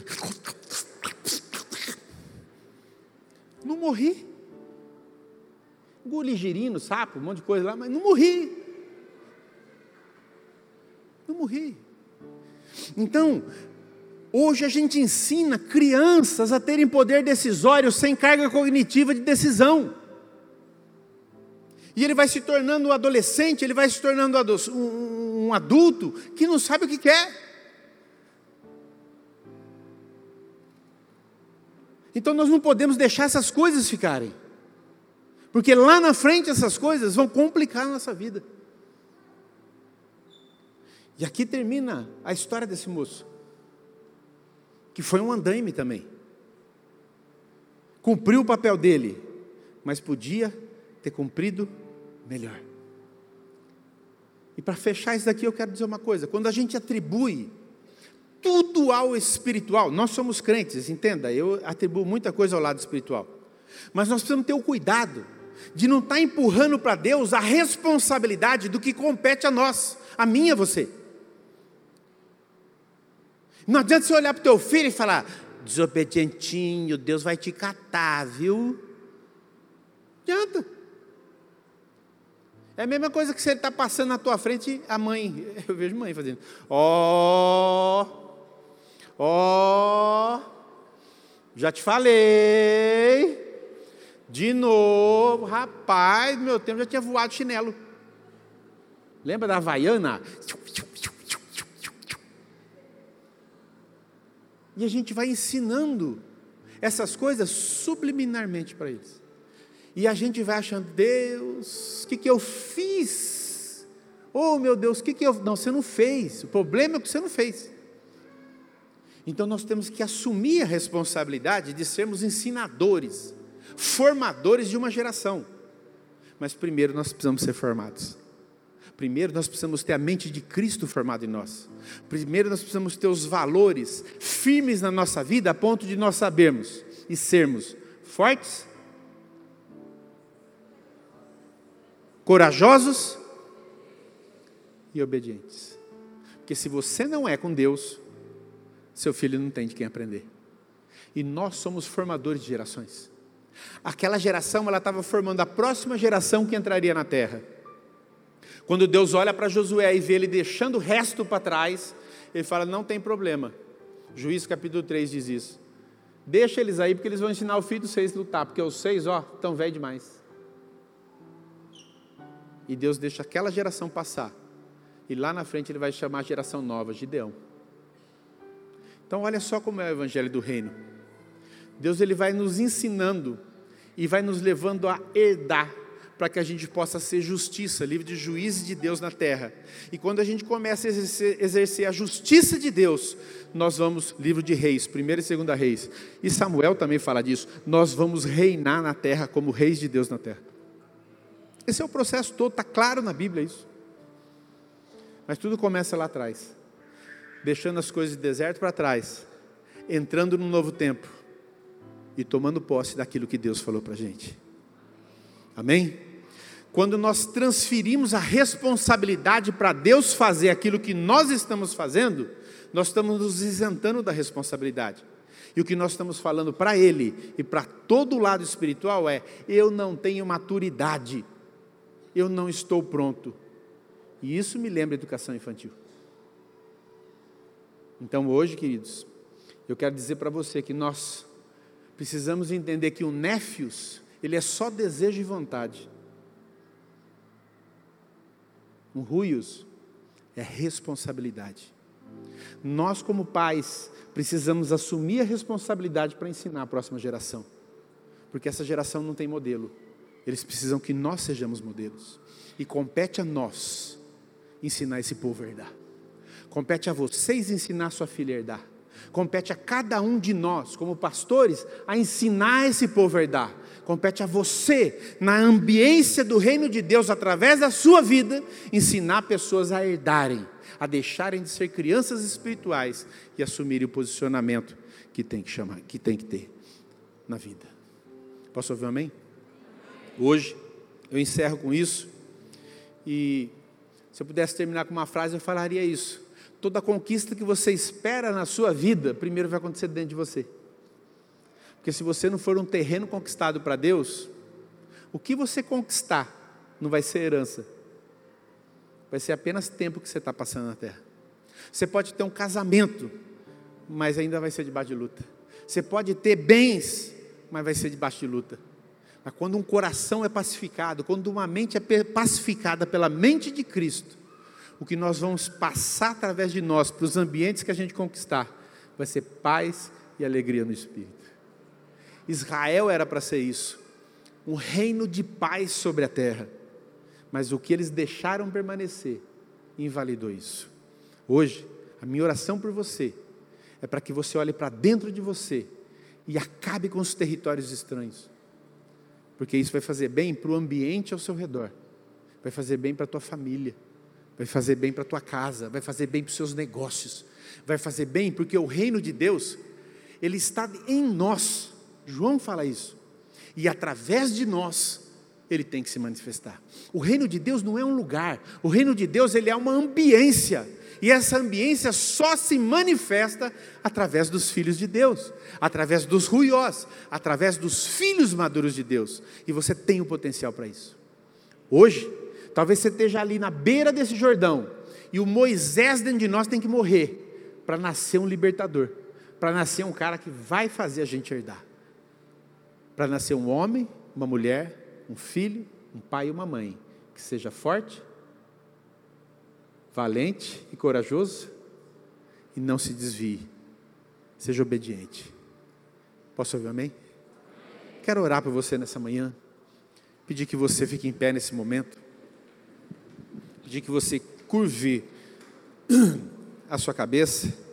Não morri. Engoli girino, sapo, um monte de coisa lá, mas não morri. Não morri. Então, hoje a gente ensina crianças a terem poder decisório sem carga cognitiva de decisão. E ele vai se tornando um adolescente, ele vai se tornando um adulto que não sabe o que quer. Então nós não podemos deixar essas coisas ficarem. Porque lá na frente essas coisas vão complicar a nossa vida. E aqui termina a história desse moço. Que foi um andaime também. Cumpriu o papel dele, mas podia ter cumprido melhor. E para fechar isso daqui eu quero dizer uma coisa. Quando a gente atribui tudo ao espiritual, nós somos crentes, entenda, eu atribuo muita coisa ao lado espiritual. Mas nós precisamos ter o cuidado de não estar empurrando para Deus a responsabilidade do que compete a nós, a mim e a você. Não adianta você olhar para o teu filho e falar, desobedientinho, Deus vai te catar, viu? Não adianta. É a mesma coisa que você está passando na tua frente, a mãe, eu vejo mãe fazendo, já te falei, de novo, rapaz, no meu tempo já tinha voado chinelo. Lembra da Havaiana? E a gente vai ensinando essas coisas subliminarmente para eles. E a gente vai achando, Deus, o que eu fiz? Oh, meu Deus, o que eu... Não, você não fez. O problema é que você não fez. Então nós temos que assumir a responsabilidade de sermos ensinadores, formadores de uma geração. Mas primeiro nós precisamos ser formados. Primeiro nós precisamos ter a mente de Cristo formada em nós. Primeiro nós precisamos ter os valores firmes na nossa vida a ponto de nós sabermos e sermos fortes, corajosos e obedientes. Porque se você não é com Deus, seu filho não tem de quem aprender. E nós somos formadores de gerações. Aquela geração, ela estava formando a próxima geração que entraria na terra. Quando Deus olha para Josué e vê ele deixando o resto para trás, ele fala, não tem problema. Juízes capítulo 3 diz isso. Deixa eles aí, porque eles vão ensinar o filho dos 6 a lutar, porque os 6, estão velhos demais. E Deus deixa aquela geração passar. E lá na frente ele vai chamar a geração nova, Gideão. Então olha só como é o evangelho do reino. Deus ele vai nos ensinando e vai nos levando a herdar, para que a gente possa ser justiça, livre de juízes de Deus na terra. E quando a gente começa a exercer a justiça de Deus, nós vamos, livro de Reis, 1ª e 2ª Reis, e Samuel também fala disso, nós vamos reinar na terra como reis de Deus na terra. Esse é o processo todo, está claro na Bíblia isso. Mas tudo começa lá atrás, deixando as coisas de deserto para trás, entrando num novo tempo e tomando posse daquilo que Deus falou para a gente. Amém? Quando nós transferimos a responsabilidade para Deus fazer aquilo que nós estamos fazendo, nós estamos nos isentando da responsabilidade. E o que nós estamos falando para ele e para todo o lado espiritual é: eu não tenho maturidade, eu não estou pronto. E isso me lembra educação infantil. Então hoje, queridos, eu quero dizer para você que nós precisamos entender que o néfios, ele é só desejo e vontade. Um ruios é responsabilidade. Nós, como pais, precisamos assumir a responsabilidade para ensinar a próxima geração, porque essa geração não tem modelo. Eles precisam que nós sejamos modelos, e compete a nós ensinar esse povo a herdar. Compete a vocês ensinar a sua filha a herdar. Compete a cada um de nós, como pastores, a ensinar esse povo a herdar. Compete a você, na ambiência do reino de Deus, através da sua vida, ensinar pessoas a herdarem, a deixarem de ser crianças espirituais e assumirem o posicionamento que tem que ter na vida. Posso ouvir um amém? Hoje, eu encerro com isso, e se eu pudesse terminar com uma frase, eu falaria isso: toda conquista que você espera na sua vida, primeiro vai acontecer dentro de você. Porque se você não for um terreno conquistado para Deus, o que você conquistar não vai ser herança, vai ser apenas tempo que você está passando na terra. Você pode ter um casamento, mas ainda vai ser debaixo de luta. Você pode ter bens, mas vai ser debaixo de luta. Mas quando um coração é pacificado, quando uma mente é pacificada pela mente de Cristo, o que nós vamos passar através de nós para os ambientes que a gente conquistar vai ser paz e alegria no Espírito. Israel era para ser isso, um reino de paz sobre a terra, mas o que eles deixaram permanecer invalidou isso. Hoje, a minha oração por você é para que você olhe para dentro de você e acabe com os territórios estranhos, porque isso vai fazer bem para o ambiente ao seu redor, vai fazer bem para a tua família, vai fazer bem para a tua casa, vai fazer bem para os seus negócios, vai fazer bem porque o reino de Deus, ele está em nós. João fala isso, e através de nós ele tem que se manifestar. O reino de Deus não é um lugar, o reino de Deus, ele é uma ambiência, e essa ambiência só se manifesta através dos filhos de Deus, através dos ruiós, através dos filhos maduros de Deus, e você tem o potencial para isso. Hoje, talvez você esteja ali na beira desse Jordão, e o Moisés dentro de nós tem que morrer, para nascer um libertador, para nascer um cara que vai fazer a gente herdar, para nascer um homem, uma mulher, um filho, um pai e uma mãe, que seja forte, valente e corajoso, e não se desvie, seja obediente. Posso ouvir amém? Quero orar por você nessa manhã, pedir que você fique em pé nesse momento, pedir que você curve a sua cabeça.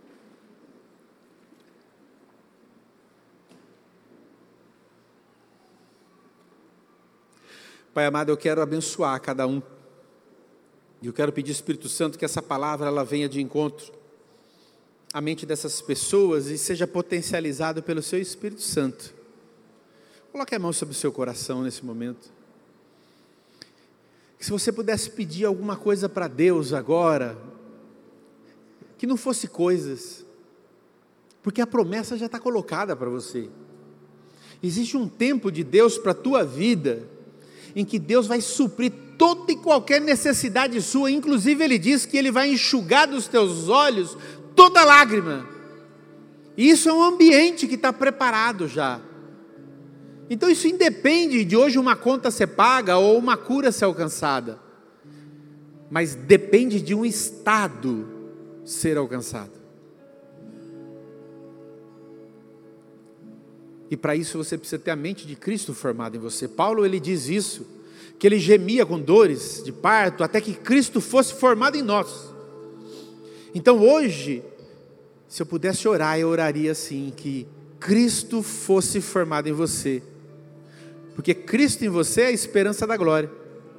Pai amado, eu quero abençoar cada um, e eu quero pedir, Espírito Santo, que essa palavra ela venha de encontro à mente dessas pessoas e seja potencializada pelo seu Espírito Santo. Coloque a mão sobre o seu coração nesse momento. Que se você pudesse pedir alguma coisa para Deus agora, que não fosse coisas, porque a promessa já está colocada para você. Existe um tempo de Deus para a tua vida, em que Deus vai suprir toda e qualquer necessidade sua, inclusive Ele diz que Ele vai enxugar dos teus olhos toda lágrima, e isso é um ambiente que está preparado já. Então isso independe de hoje uma conta ser paga, ou uma cura ser alcançada, mas depende de um estado ser alcançado, e para isso você precisa ter a mente de Cristo formada em você. Paulo, ele diz isso, que ele gemia com dores de parto, até que Cristo fosse formado em nós. Então hoje, se eu pudesse orar, eu oraria assim, que Cristo fosse formado em você, porque Cristo em você é a esperança da glória,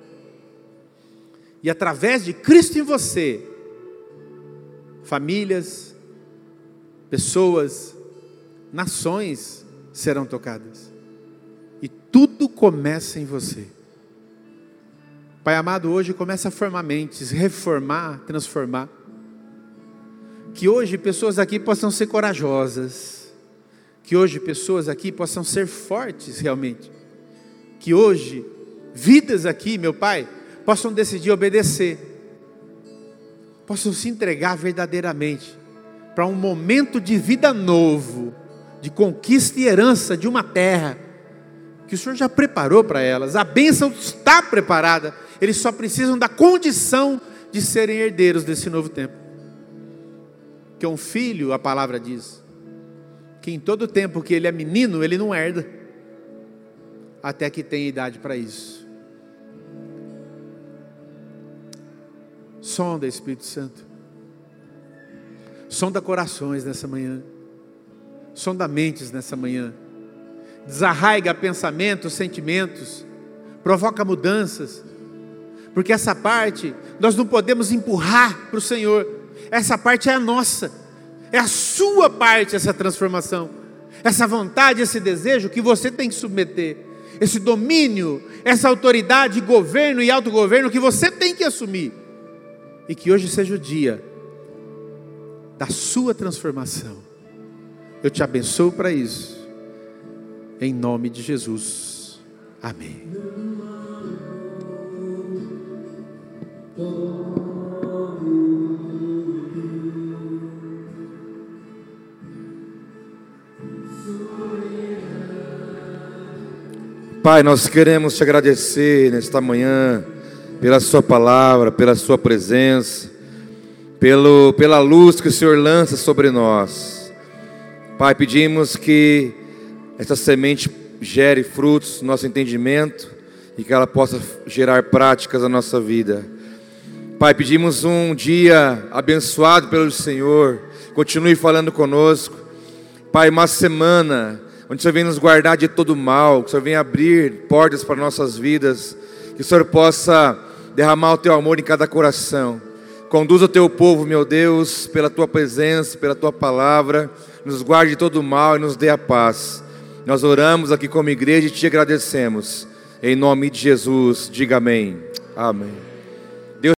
e através de Cristo em você, famílias, pessoas, nações serão tocadas, e tudo começa em você. Pai amado, hoje começa a formar mentes, reformar, transformar, Que hoje pessoas aqui possam ser corajosas. Que hoje pessoas aqui possam ser fortes realmente. Que hoje vidas aqui, meu Pai, possam decidir obedecer. Possam se entregar verdadeiramente para um momento de vida novo, de conquista e herança de uma terra que o Senhor já preparou para elas. A bênção está preparada. Eles só precisam da condição de serem herdeiros desse novo tempo. Que um filho, a palavra diz, que em todo tempo que ele é menino, ele não herda, até que tenha idade para isso. Sonda, Espírito Santo. Sonda corações nessa manhã. Sonda mentes nessa manhã. Desarraiga pensamentos, sentimentos. Provoca mudanças. Porque essa parte nós não podemos empurrar para o Senhor. Essa parte é a nossa. É a sua parte essa transformação. Essa vontade, esse desejo que você tem que submeter. Esse domínio, essa autoridade, governo e autogoverno que você tem que assumir. E que hoje seja o dia da sua transformação. Eu te abençoo para isso. Em nome de Jesus. Amém. Pai, nós queremos te agradecer nesta manhã pela sua palavra, pela sua presença, pela luz que o Senhor lança sobre nós. Pai, pedimos que esta semente gere frutos no nosso entendimento e que ela possa gerar práticas na nossa vida. Pai, pedimos um dia abençoado pelo Senhor. Continue falando conosco. Pai, uma semana onde o Senhor vem nos guardar de todo mal, que o Senhor venha abrir portas para nossas vidas, que o Senhor possa derramar o Teu amor em cada coração. Conduza o Teu povo, meu Deus, pela Tua presença, pela Tua palavra, nos guarde de todo mal e nos dê a paz. Nós oramos aqui como igreja e Te agradecemos. Em nome de Jesus, diga amém. Amém.